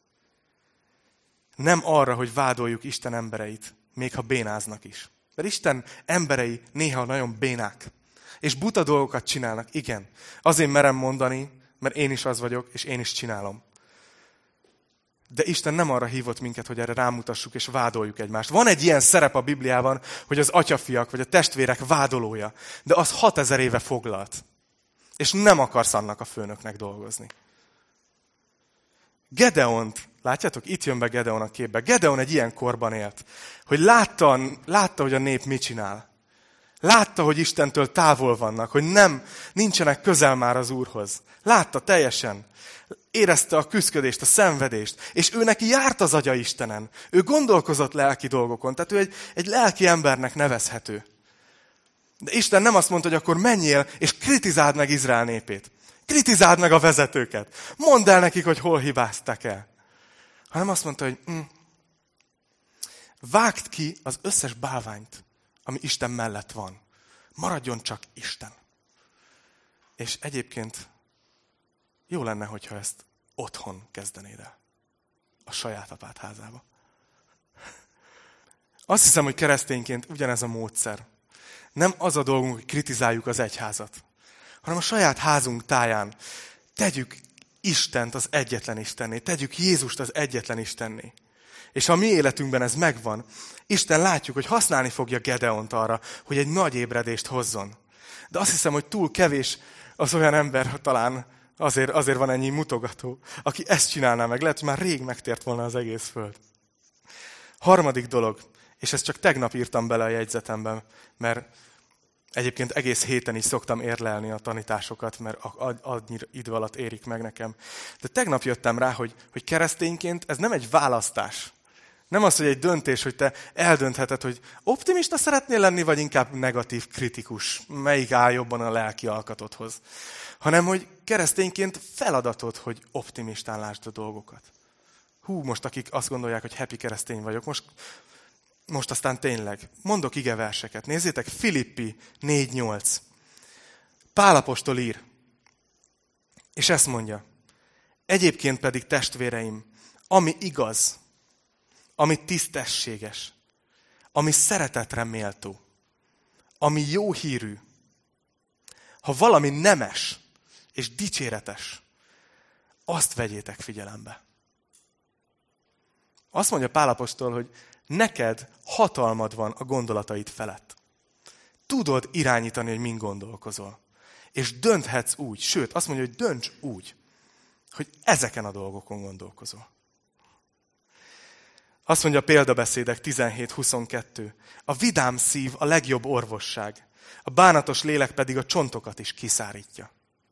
Nem arra, hogy vádoljuk Isten embereit, még ha bénáznak is. Mert Isten emberei néha nagyon bénák. És buta dolgokat csinálnak, igen. Azért merem mondani, mert én is az vagyok, és én is csinálom. De Isten nem arra hívott minket, hogy erre rámutassuk és vádoljuk egymást. Van egy ilyen szerep a Bibliában, hogy az atyafiak vagy a testvérek vádolója, de az 6000 éve foglalt. És nem akarsz annak a főnöknek dolgozni. Gedeont, látjátok, itt jön be Gedeon a képbe. Gedeon egy ilyen korban élt, hogy látta, hogy a nép mit csinál. Látta, hogy Istentől távol vannak, hogy nincsenek közel már az Úrhoz. Látta teljesen. Érezte a küszködést, a szenvedést, és ő neki járt az agya Istenen. Ő gondolkozott lelki dolgokon, tehát ő egy lelki embernek nevezhető. De Isten nem azt mondta, hogy akkor menjél, és kritizáld meg Izrael népét. Kritizáld meg a vezetőket. Mondd el nekik, hogy hol hibáztak el. Hanem azt mondta, hogy vágd ki az összes bálványt, ami Isten mellett van. Maradjon csak Isten. És egyébként jó lenne, hogyha ezt otthon kezdenéd el. A saját apád házába. Azt hiszem, hogy keresztényként ugyanez a módszer. Nem az a dolgunk, hogy kritizáljuk az egyházat, hanem a saját házunk táján tegyük Istent az egyetlen Istenné, tegyük Jézust az egyetlen Istenné. És ha a mi életünkben ez megvan, Isten látjuk, hogy használni fogja Gedeont arra, hogy egy nagy ébredést hozzon. De azt hiszem, hogy túl kevés az olyan ember, talán azért van ennyi mutogató, aki ezt csinálná meg. Lehet, hogy már rég megtért volna az egész föld. Harmadik dolog, és ezt csak tegnap írtam bele a jegyzetemben, mert egyébként egész héten is szoktam érlelni a tanításokat, mert annyi idő alatt érik meg nekem. De tegnap jöttem rá, hogy keresztényként ez nem egy választás. Nem az, hogy egy döntés, hogy te eldöntheted, hogy optimista szeretnél lenni, vagy inkább negatív, kritikus. Melyik áll jobban a lelki alkatodhoz. Hanem, hogy keresztényként feladatod, hogy optimistán lásd a dolgokat. Most akik azt gondolják, hogy happy keresztény vagyok, most aztán tényleg. Mondok igeverseket. Nézzétek, Filippi 4.8. Pál apostol ír. És ezt mondja. Egyébként pedig testvéreim, ami igaz, ami tisztességes, ami szeretetre méltó, ami jó hírű, ha valami nemes és dicséretes, azt vegyétek figyelembe. Azt mondja Pál apostol, hogy neked hatalmad van a gondolataid felett. Tudod irányítani, hogy min gondolkozol. És dönthetsz úgy, sőt, azt mondja, hogy dönts úgy, hogy ezeken a dolgokon gondolkozol. Azt mondja a példabeszédek 17.22. A vidám szív a legjobb orvosság, a bánatos lélek pedig a csontokat is kiszárítja.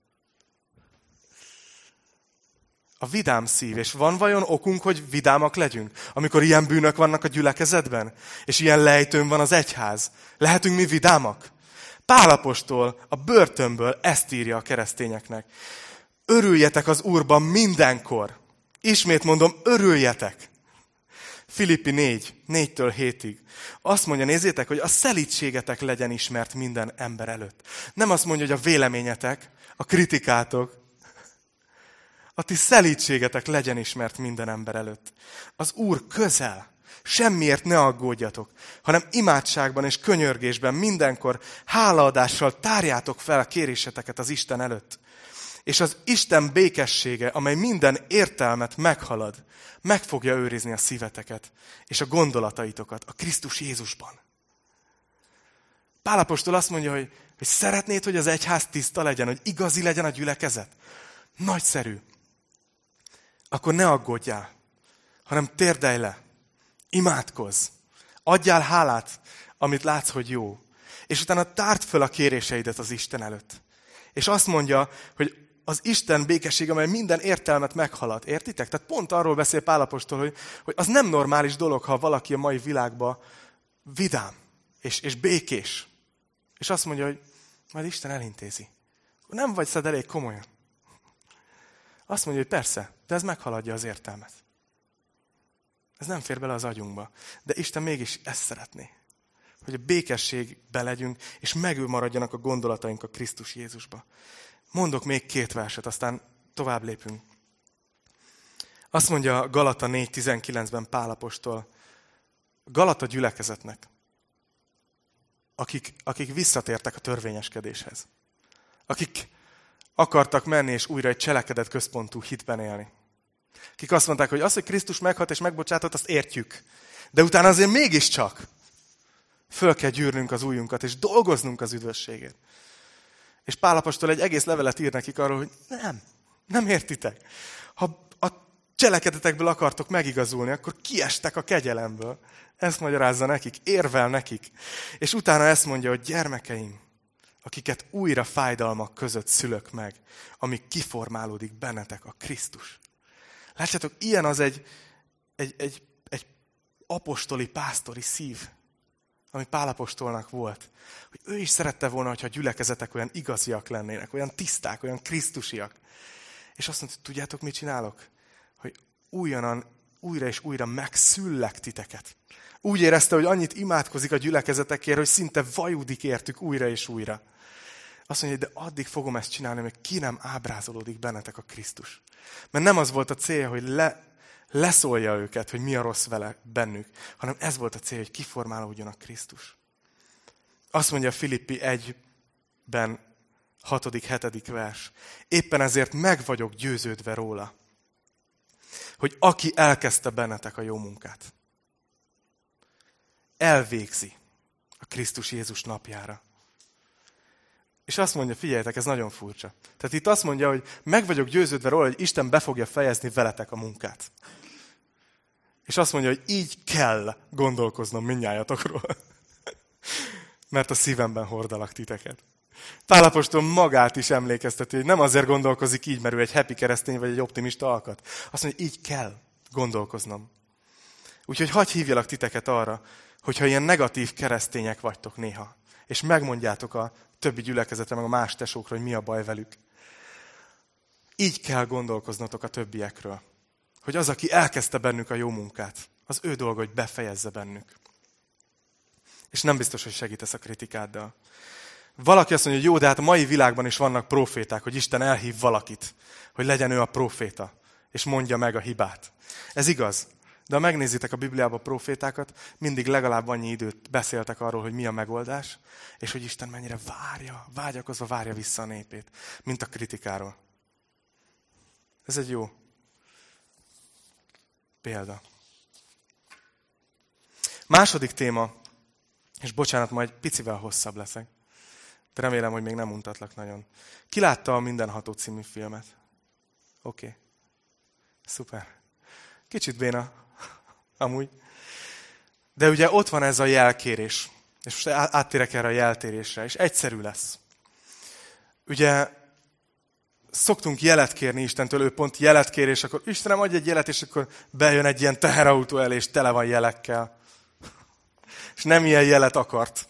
A vidám szív, és van vajon okunk, hogy vidámak legyünk, amikor ilyen bűnök vannak a gyülekezetben, és ilyen lejtőn van az egyház? Lehetünk mi vidámak? Pál apostol a börtönből ezt írja a keresztényeknek. Örüljetek az Úrban mindenkor. Ismét mondom, örüljetek. Filippi 4:4-től 7-ig. Azt mondja, nézzétek, hogy a szelídségetek legyen ismert minden ember előtt. Nem azt mondja, hogy a véleményetek, a kritikátok, a ti szelídségetek legyen ismert minden ember előtt. Az Úr közel. Semmiért ne aggódjatok, hanem imádságban és könyörgésben mindenkor hálaadással tárjátok fel a kéréseteket az Isten előtt. És az Isten békessége, amely minden értelmet meghalad, meg fogja őrizni a szíveteket és a gondolataitokat a Krisztus Jézusban. Pál apostol azt mondja, hogy szeretnéd, hogy az egyház tiszta legyen, hogy igazi legyen a gyülekezet. Nagyszerű. Akkor ne aggódjál, hanem térdelj le, imádkozz, adjál hálát, amit látsz, hogy jó. És utána tárd föl a kéréseidet az Isten előtt. És azt mondja, hogy az Isten békesség, amely minden értelmet meghalad. Értitek? Tehát pont arról beszél Pál apostol, hogy az nem normális dolog, ha valaki a mai világban vidám és békés. És azt mondja, hogy majd Isten elintézi. Nem vagy szed elég komolyan. Azt mondja, hogy persze, de ez meghaladja az értelmet. Ez nem fér bele az agyunkba. De Isten mégis ezt szeretné. Hogy a békességbe legyünk, és megmaradjanak a gondolataink a Krisztus Jézusba. Mondok még 2 verset, aztán tovább lépünk. Azt mondja Galata 4.19-ben Pál apostol, Galata gyülekezetnek, akik visszatértek a törvényeskedéshez. Akik akartak menni és újra egy cselekedet központú hitben élni. Akik azt mondták, hogy az, hogy Krisztus meghalt és megbocsátott, azt értjük. De utána azért mégiscsak föl kell gyűrnünk az ujjunkat, és dolgoznunk az üdvösségért. És Pál apostol egy egész levelet ír nekik arról, hogy nem értitek. Ha a cselekedetekből akartok megigazulni, akkor kiestek a kegyelemből. Ezt magyarázza nekik, érvel nekik. És utána ezt mondja, hogy gyermekeim, akiket újra fájdalmak között szülök meg, amíg kiformálódik bennetek a Krisztus. Látjátok, ilyen az egy apostoli, pásztori szív, ami Pál apostolnak volt. Hogy ő is szerette volna, hogyha a gyülekezetek olyan igaziak lennének, olyan tiszták, olyan krisztusiak. És azt mondta, tudjátok, mit csinálok? Hogy újra és újra megszüllek titeket. Úgy érezte, hogy annyit imádkozik a gyülekezetekért, hogy szinte vajudik értük újra és újra. Azt mondja, de addig fogom ezt csinálni, hogy ki nem ábrázolódik bennetek a Krisztus. Mert nem az volt a célja, hogy leszólja őket, hogy mi a rossz vele bennük, hanem ez volt a célja, hogy kiformálódjon a Krisztus. Azt mondja a Filippi 1-ben 6.-7. vers. Éppen ezért meg vagyok győződve róla, hogy aki elkezdte bennetek a jó munkát, elvégzi a Krisztus Jézus napjára. És azt mondja, figyeljetek, ez nagyon furcsa. Tehát itt azt mondja, hogy meg vagyok győződve róla, hogy Isten be fogja fejezni veletek a munkát. És azt mondja, hogy így kell gondolkoznom mindnyájatokról. Mert a szívemben hordalak titeket. Pál apostol magát is emlékezteti, hogy nem azért gondolkozik így, mert ő egy happy keresztény vagy egy optimista alkat. Azt mondja, hogy így kell gondolkoznom. Úgyhogy hadd hívjalak titeket arra, hogyha ilyen negatív keresztények vagytok néha, és megmondjátok a többi gyülekezetre, meg a más tesókra, hogy mi a baj velük. Így kell gondolkoznotok a többiekről. Hogy az, aki elkezdte bennük a jó munkát, az ő dolga, hogy befejezze bennük. És nem biztos, hogy segítesz a kritikáddal. Valaki azt mondja, hogy jó, de hát a mai világban is vannak proféták, hogy Isten elhív valakit, hogy legyen ő a proféta, és mondja meg a hibát. Ez igaz. De ha megnézitek a Bibliában a profétákat, mindig legalább annyi időt beszéltek arról, hogy mi a megoldás, és hogy Isten mennyire vágyakozva várja vissza a népét, mint a kritikáról. Ez egy jó példa. Második téma, és bocsánat, majd picivel hosszabb leszek, de remélem, hogy még nem untatlak nagyon. Ki látta a Mindenható című filmet? Oké. Szuper. Kicsit béna, amúgy. De ugye ott van ez a jelkérés. És most áttérek erre a jeltérésre, és egyszerű lesz. Ugye szoktunk jelet kérni Istentől, ő pont jelet kér, és akkor Istenem, adj egy jelet, és akkor bejön egy ilyen teherautó elé, és tele van jelekkel. És nem ilyen jelet akart.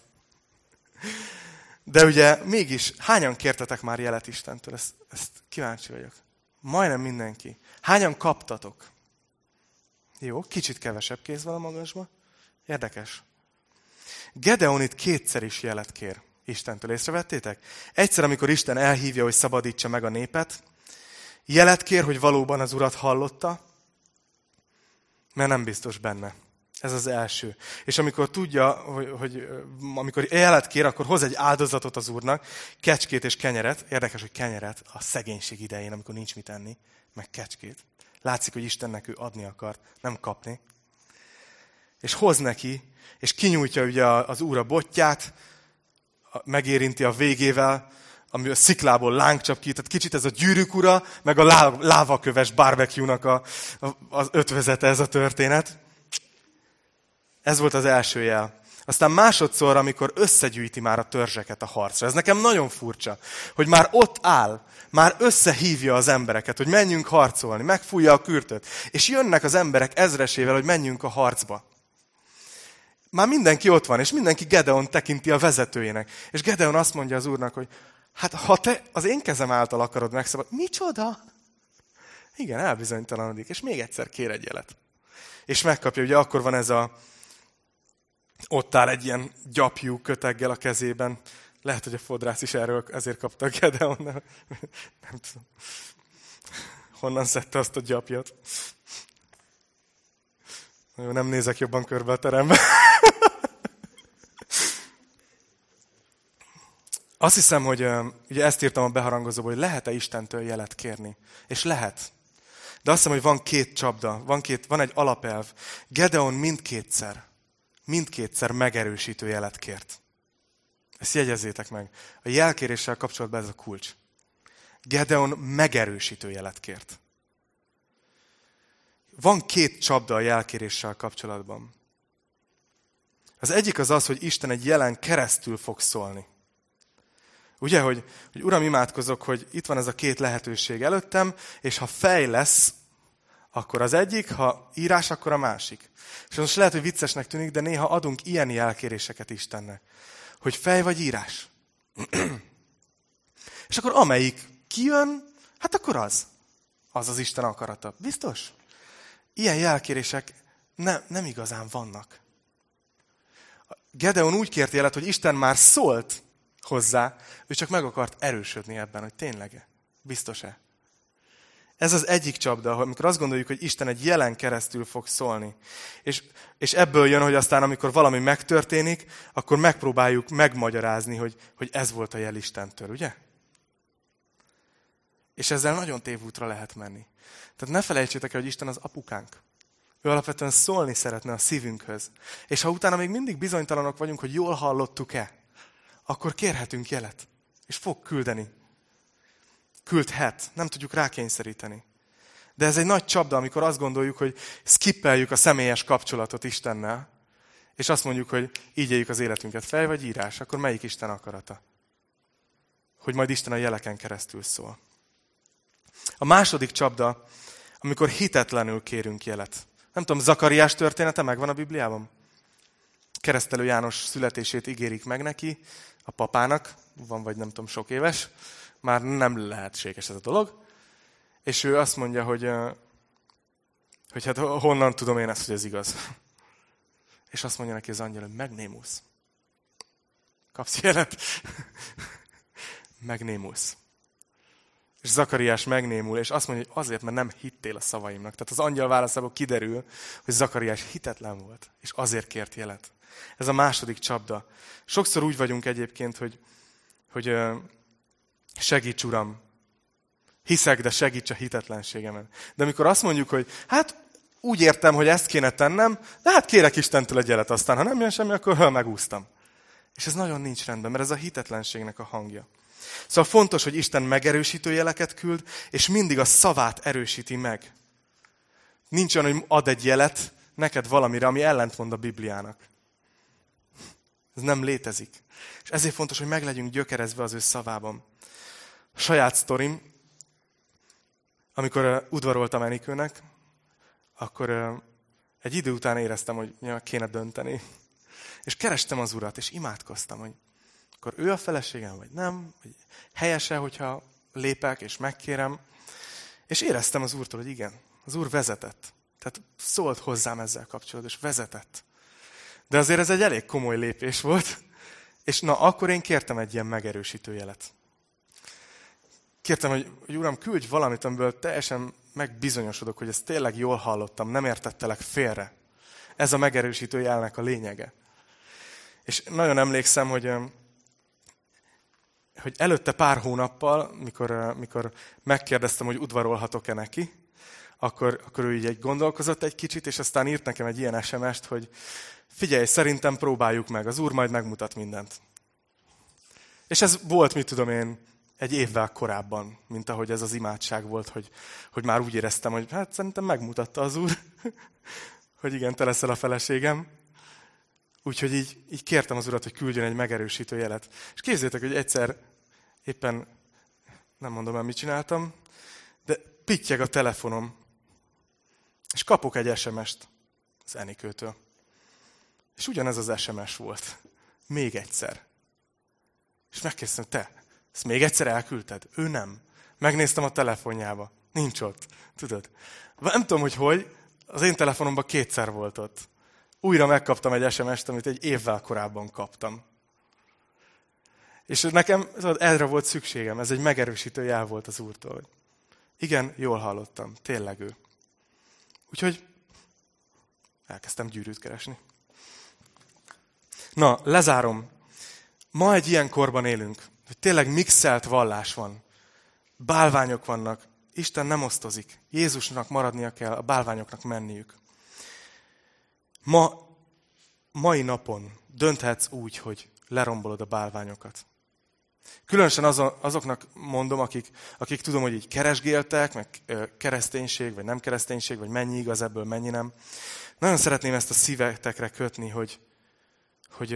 De ugye mégis, hányan kértetek már jelet Istentől? Ezt kíváncsi vagyok. Majdnem mindenki. Hányan kaptatok? Jó, kicsit kevesebb kéz van a magasba. Érdekes. Gedeon itt kétszer is jelet kér Istentől. Észrevettétek? Egyszer, amikor Isten elhívja, hogy szabadítsa meg a népet, jelet kér, hogy valóban az Urat hallotta, mert nem biztos benne. Ez az első. És amikor tudja, hogy amikor jelet kér, akkor hoz egy áldozatot az Úrnak, kecskét és kenyeret. Érdekes, hogy kenyeret a szegénység idején, amikor nincs mit enni, meg kecskét. Látszik, hogy Istennek ő adni akart, nem kapni. És hoz neki, és kinyújtja ugye az Úr a botját, megérinti a végével, ami a sziklából láng csap ki, tehát kicsit ez a Gyűrűk ura, meg a lávaköves barbecue-nak az ötvözete ez a történet. Ez volt az első jel. Aztán másodszor, amikor összegyűjti már a törzseket a harcra. Ez nekem nagyon furcsa, hogy már ott áll, már összehívja az embereket, hogy menjünk harcolni, megfújja a kürtöt, és jönnek az emberek ezresével, hogy menjünk a harcba. Már mindenki ott van, és mindenki Gedeon tekinti a vezetőjének. És Gedeon azt mondja az Úrnak, hogy hát ha te az én kezem által akarod megszabadulni, micsoda? Igen, elbizonytalanodik, és még egyszer kér egy jelet. És megkapja, ugye akkor van ez ott áll egy ilyen gyapjú köteggel a kezében. Lehet, hogy a fodrász is erről ezért kapta a Gedeon. Nem tudom. Honnan szedte azt a gyapjat? Nem nézek jobban körbe a terembe. Azt hiszem, hogy ugye ezt írtam a beharangozóba, hogy lehet-e Istentől jelet kérni. És lehet. De azt hiszem, hogy van két csapda, van egy alapelv. Gedeon mindkétszer megerősítő jelet kért. Ezt jegyezzétek meg. A jelkéréssel kapcsolatban ez a kulcs. Gedeon megerősítő jelet kért. Van két csapda a jelkéréssel kapcsolatban. Az egyik az, hogy Isten egy jelen keresztül fog szólni. Ugye, hogy Uram, imádkozok, hogy itt van ez a két lehetőség előttem, és ha fej lesz, akkor az egyik, ha írás, akkor a másik. És most lehet, hogy viccesnek tűnik, de néha adunk ilyen jelkéréseket Istennek. Hogy fej vagy írás. És akkor amelyik kijön, hát akkor az. Az az Isten akarata. Biztos? Ilyen jelkérések nem igazán vannak. Gedeon úgy kért jelet, hogy Isten már szólt hozzá, ő csak meg akart erősödni ebben, hogy tényleg-e? Biztos-e? Ez az egyik csapda, amikor azt gondoljuk, hogy Isten egy jelen keresztül fog szólni. És ebből jön, hogy aztán, amikor valami megtörténik, akkor megpróbáljuk megmagyarázni, hogy ez volt a jel Istentől, ugye? És ezzel nagyon tévútra lehet menni. Tehát ne felejtsétek el, hogy Isten az apukánk. Ő alapvetően szólni szeretne a szívünkhöz. És ha utána még mindig bizonytalanok vagyunk, hogy jól hallottuk-e, akkor kérhetünk jelet. És fog küldeni. Küldhet. Nem tudjuk rákényszeríteni. De ez egy nagy csapda, amikor azt gondoljuk, hogy skippeljük a személyes kapcsolatot Istennel, és azt mondjuk, hogy így éljük az életünket. Fej vagy írás, akkor melyik Isten akarata? Hogy majd Isten a jeleken keresztül szól. A második csapda, amikor hitetlenül kérünk jelet. Nem tudom, Zakariás története megvan a Bibliában? Keresztelő János születését ígérik meg neki, a papának, van vagy nem tudom, sok éves, már nem lehetséges ez a dolog, és ő azt mondja, hogy hát honnan tudom én ezt, hogy ez igaz. És azt mondja neki az angyal, hogy megnémulsz. Kapsz jelet? Megnémulsz. És Zakariás megnémul, és azt mondja, hogy azért, mert nem hittél a szavaimnak. Tehát az angyal válaszából kiderül, hogy Zakariás hitetlen volt, és azért kért jelet. Ez a második csapda. Sokszor úgy vagyunk egyébként, hogy segíts, Uram, hiszek, de segíts a hitetlenségemen. De amikor azt mondjuk, hogy hát úgy értem, hogy ezt kéne tennem, de hát kérek Istentől egy jelet, aztán ha nem jön semmi, akkor megúsztam. És ez nagyon nincs rendben, mert ez a hitetlenségnek a hangja. Szóval fontos, hogy Isten megerősítő jeleket küld, és mindig a szavát erősíti meg. Nincs olyan, hogy ad egy jelet neked valamire, ami ellentmond a Bibliának. Ez nem létezik. És ezért fontos, hogy meg legyünk gyökerezve az ő szavában. A saját sztorim, amikor udvaroltam Enikőnek, akkor egy idő után éreztem, hogy kéne dönteni. És kerestem az Urat, és imádkoztam, hogy akkor ő a feleségem, vagy nem, vagy helyese, hogyha lépek, és megkérem. És éreztem az Úrtól, hogy igen, az Úr vezetett. Tehát szólt hozzám ezzel kapcsolatban, és vezetett. De azért ez egy elég komoly lépés volt, és na, akkor én kértem egy ilyen megerősítő jelet. Kértem, hogy Uram, küldj valamit, amiből teljesen megbizonyosodok, hogy ezt tényleg jól hallottam, nem értettelek félre. Ez a megerősítő jelnek a lényege. És nagyon emlékszem, hogy előtte pár hónappal, mikor megkérdeztem, hogy udvarolhatok-e neki, akkor ő így gondolkozott egy kicsit, és aztán írt nekem egy ilyen SMS-t, hogy figyelj, szerintem próbáljuk meg, az Úr majd megmutat mindent. És ez volt, mit tudom én, egy évvel korábban, mint ahogy ez az imádság volt, hogy már úgy éreztem, hogy hát szerintem megmutatta az Úr, hogy igen, te leszel a feleségem. Úgyhogy így kértem az Urat, hogy küldjön egy megerősítő jelet. És képzeljétek, hogy egyszer éppen, nem mondom el, mit csináltam, de pittyeg a telefonom, és kapok egy SMS-t az Enikőtől. És ugyanez az SMS volt. Még egyszer. És megkérdeztem, te, ezt még egyszer elküldted? Ő nem. Megnéztem a telefonjába. Nincs ott. Tudod? Nem tudom, hogy az én telefonomban 2-szer volt ott. Újra megkaptam egy SMS-t, amit egy évvel korábban kaptam. És nekem erre volt szükségem. Ez egy megerősítő jel volt az Úrtól. Igen, jól hallottam. Tényleg ő. Úgyhogy elkezdtem gyűrűt keresni. Na, lezárom. Ma egy ilyen korban élünk, hogy tényleg mixelt vallás van. Bálványok vannak, Isten nem osztozik. Jézusnak maradnia kell, a bálványoknak menniük. Mai napon dönthetsz úgy, hogy lerombolod a bálványokat. Különösen azoknak mondom, akik tudom, hogy így keresgéltek, meg kereszténység, vagy nem kereszténység, vagy mennyi igaz ebből, mennyi nem. Nagyon szeretném ezt a szívetekre kötni, hogy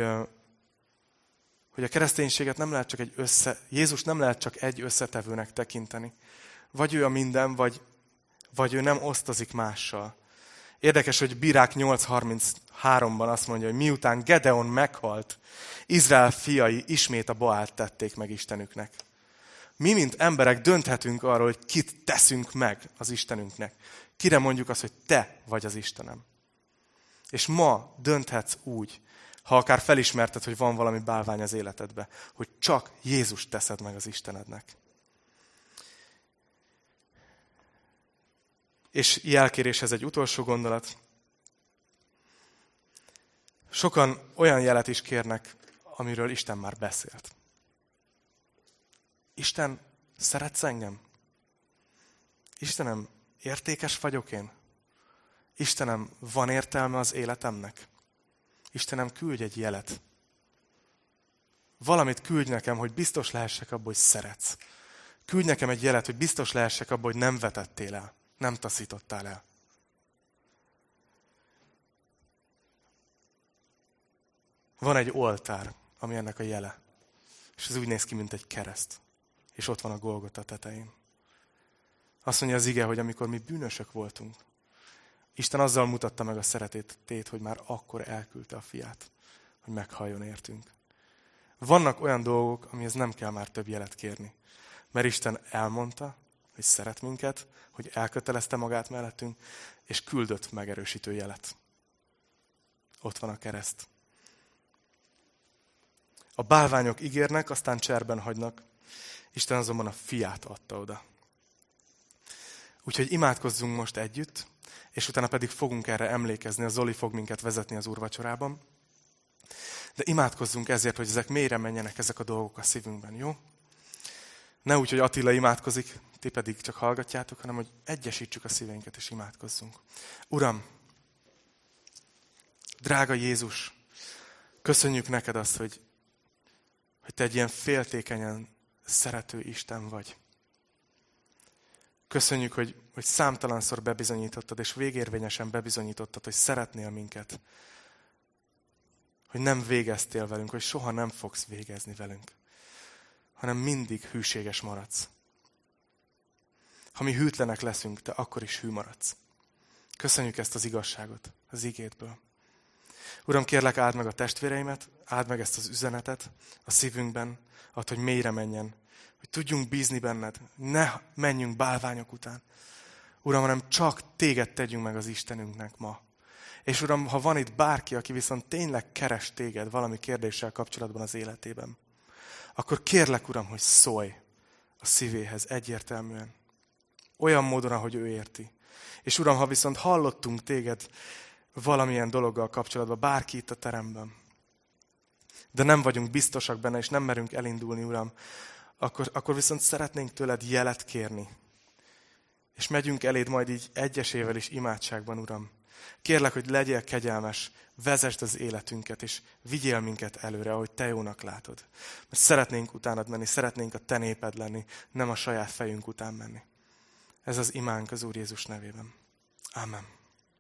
a kereszténységet nem lehet csak Jézus nem lehet csak egy összetevőnek tekinteni. Vagy ő a minden, vagy ő nem osztozik mással. Érdekes, hogy Bírák 8.33-ban azt mondja, hogy miután Gedeon meghalt, Izrael fiai ismét a Baált tették meg Istenüknek. Mi, mint emberek dönthetünk arról, hogy kit teszünk meg az Istenünknek. Kire mondjuk azt, hogy te vagy az Istenem. És ma dönthetsz úgy, ha akár felismerted, hogy van valami bálvány az életedbe, hogy csak Jézust teszed meg az Istenednek. És jelkéréshez egy utolsó gondolat. Sokan olyan jelet is kérnek, amiről Isten már beszélt. Isten, szeretsz engem? Istenem, értékes vagyok én? Istenem, van értelme az életemnek? Istenem, küldj egy jelet. Valamit küldj nekem, hogy biztos lehessek abban, hogy szeretsz. Küldj nekem egy jelet, hogy biztos lehessek abban, hogy nem vetettél el, nem taszítottál el. Van egy oltár, ami ennek a jele. És ez úgy néz ki, mint egy kereszt. És ott van a Golgota tetején. Azt mondja az ige, hogy amikor mi bűnösök voltunk, Isten azzal mutatta meg a szeretetét, hogy már akkor elküldte a fiát, hogy meghalljon értünk. Vannak olyan dolgok, amihez nem kell már több jelet kérni. Mert Isten elmondta, hogy szeret minket, hogy elkötelezte magát mellettünk, és küldött megerősítő jelet. Ott van a kereszt. A bálványok ígérnek, aztán cserben hagynak. Isten azonban a fiát adta oda. Úgyhogy imádkozzunk most együtt, és utána pedig fogunk erre emlékezni. A Zoli fog minket vezetni az úrvacsorában. De imádkozzunk ezért, hogy ezek mélyre menjenek ezek a dolgok a szívünkben, jó? Ne úgy, hogy Attila imádkozik, ti pedig csak hallgatjátok, hanem hogy egyesítsük a szíveinket és imádkozzunk. Uram, drága Jézus, köszönjük neked azt, hogy te egy ilyen féltékenyen szerető Isten vagy. Köszönjük, hogy számtalanszor bebizonyítottad, és végérvényesen bebizonyítottad, hogy szeretnél minket. Hogy nem végeztél velünk, hogy soha nem fogsz végezni velünk, hanem mindig hűséges maradsz. Ha mi hűtlenek leszünk, te akkor is hű maradsz. Köszönjük ezt az igazságot az igédből. Uram, kérlek, áld meg a testvéreimet, áld meg ezt az üzenetet a szívünkben, add, hogy mélyre menjen, hogy tudjunk bízni benned, ne menjünk bálványok után. Uram, hanem csak téged tegyünk meg az Istenünknek ma. És Uram, ha van itt bárki, aki viszont tényleg keres téged valami kérdéssel kapcsolatban az életében, akkor kérlek, Uram, hogy szólj a szívéhez egyértelműen. Olyan módon, ahogy ő érti. És Uram, ha viszont hallottunk téged valamilyen dologgal kapcsolatban, bárki itt a teremben, de nem vagyunk biztosak benne, és nem merünk elindulni, Uram, akkor viszont szeretnénk tőled jelet kérni. És megyünk eléd majd így egyesével is imádságban, Uram. Kérlek, hogy legyél kegyelmes, vezesd az életünket, és vigyél minket előre, ahogy te jónak látod. Mert szeretnénk utánad menni, szeretnénk a te néped lenni, nem a saját fejünk után menni. Ez az imánk az Úr Jézus nevében. Amen.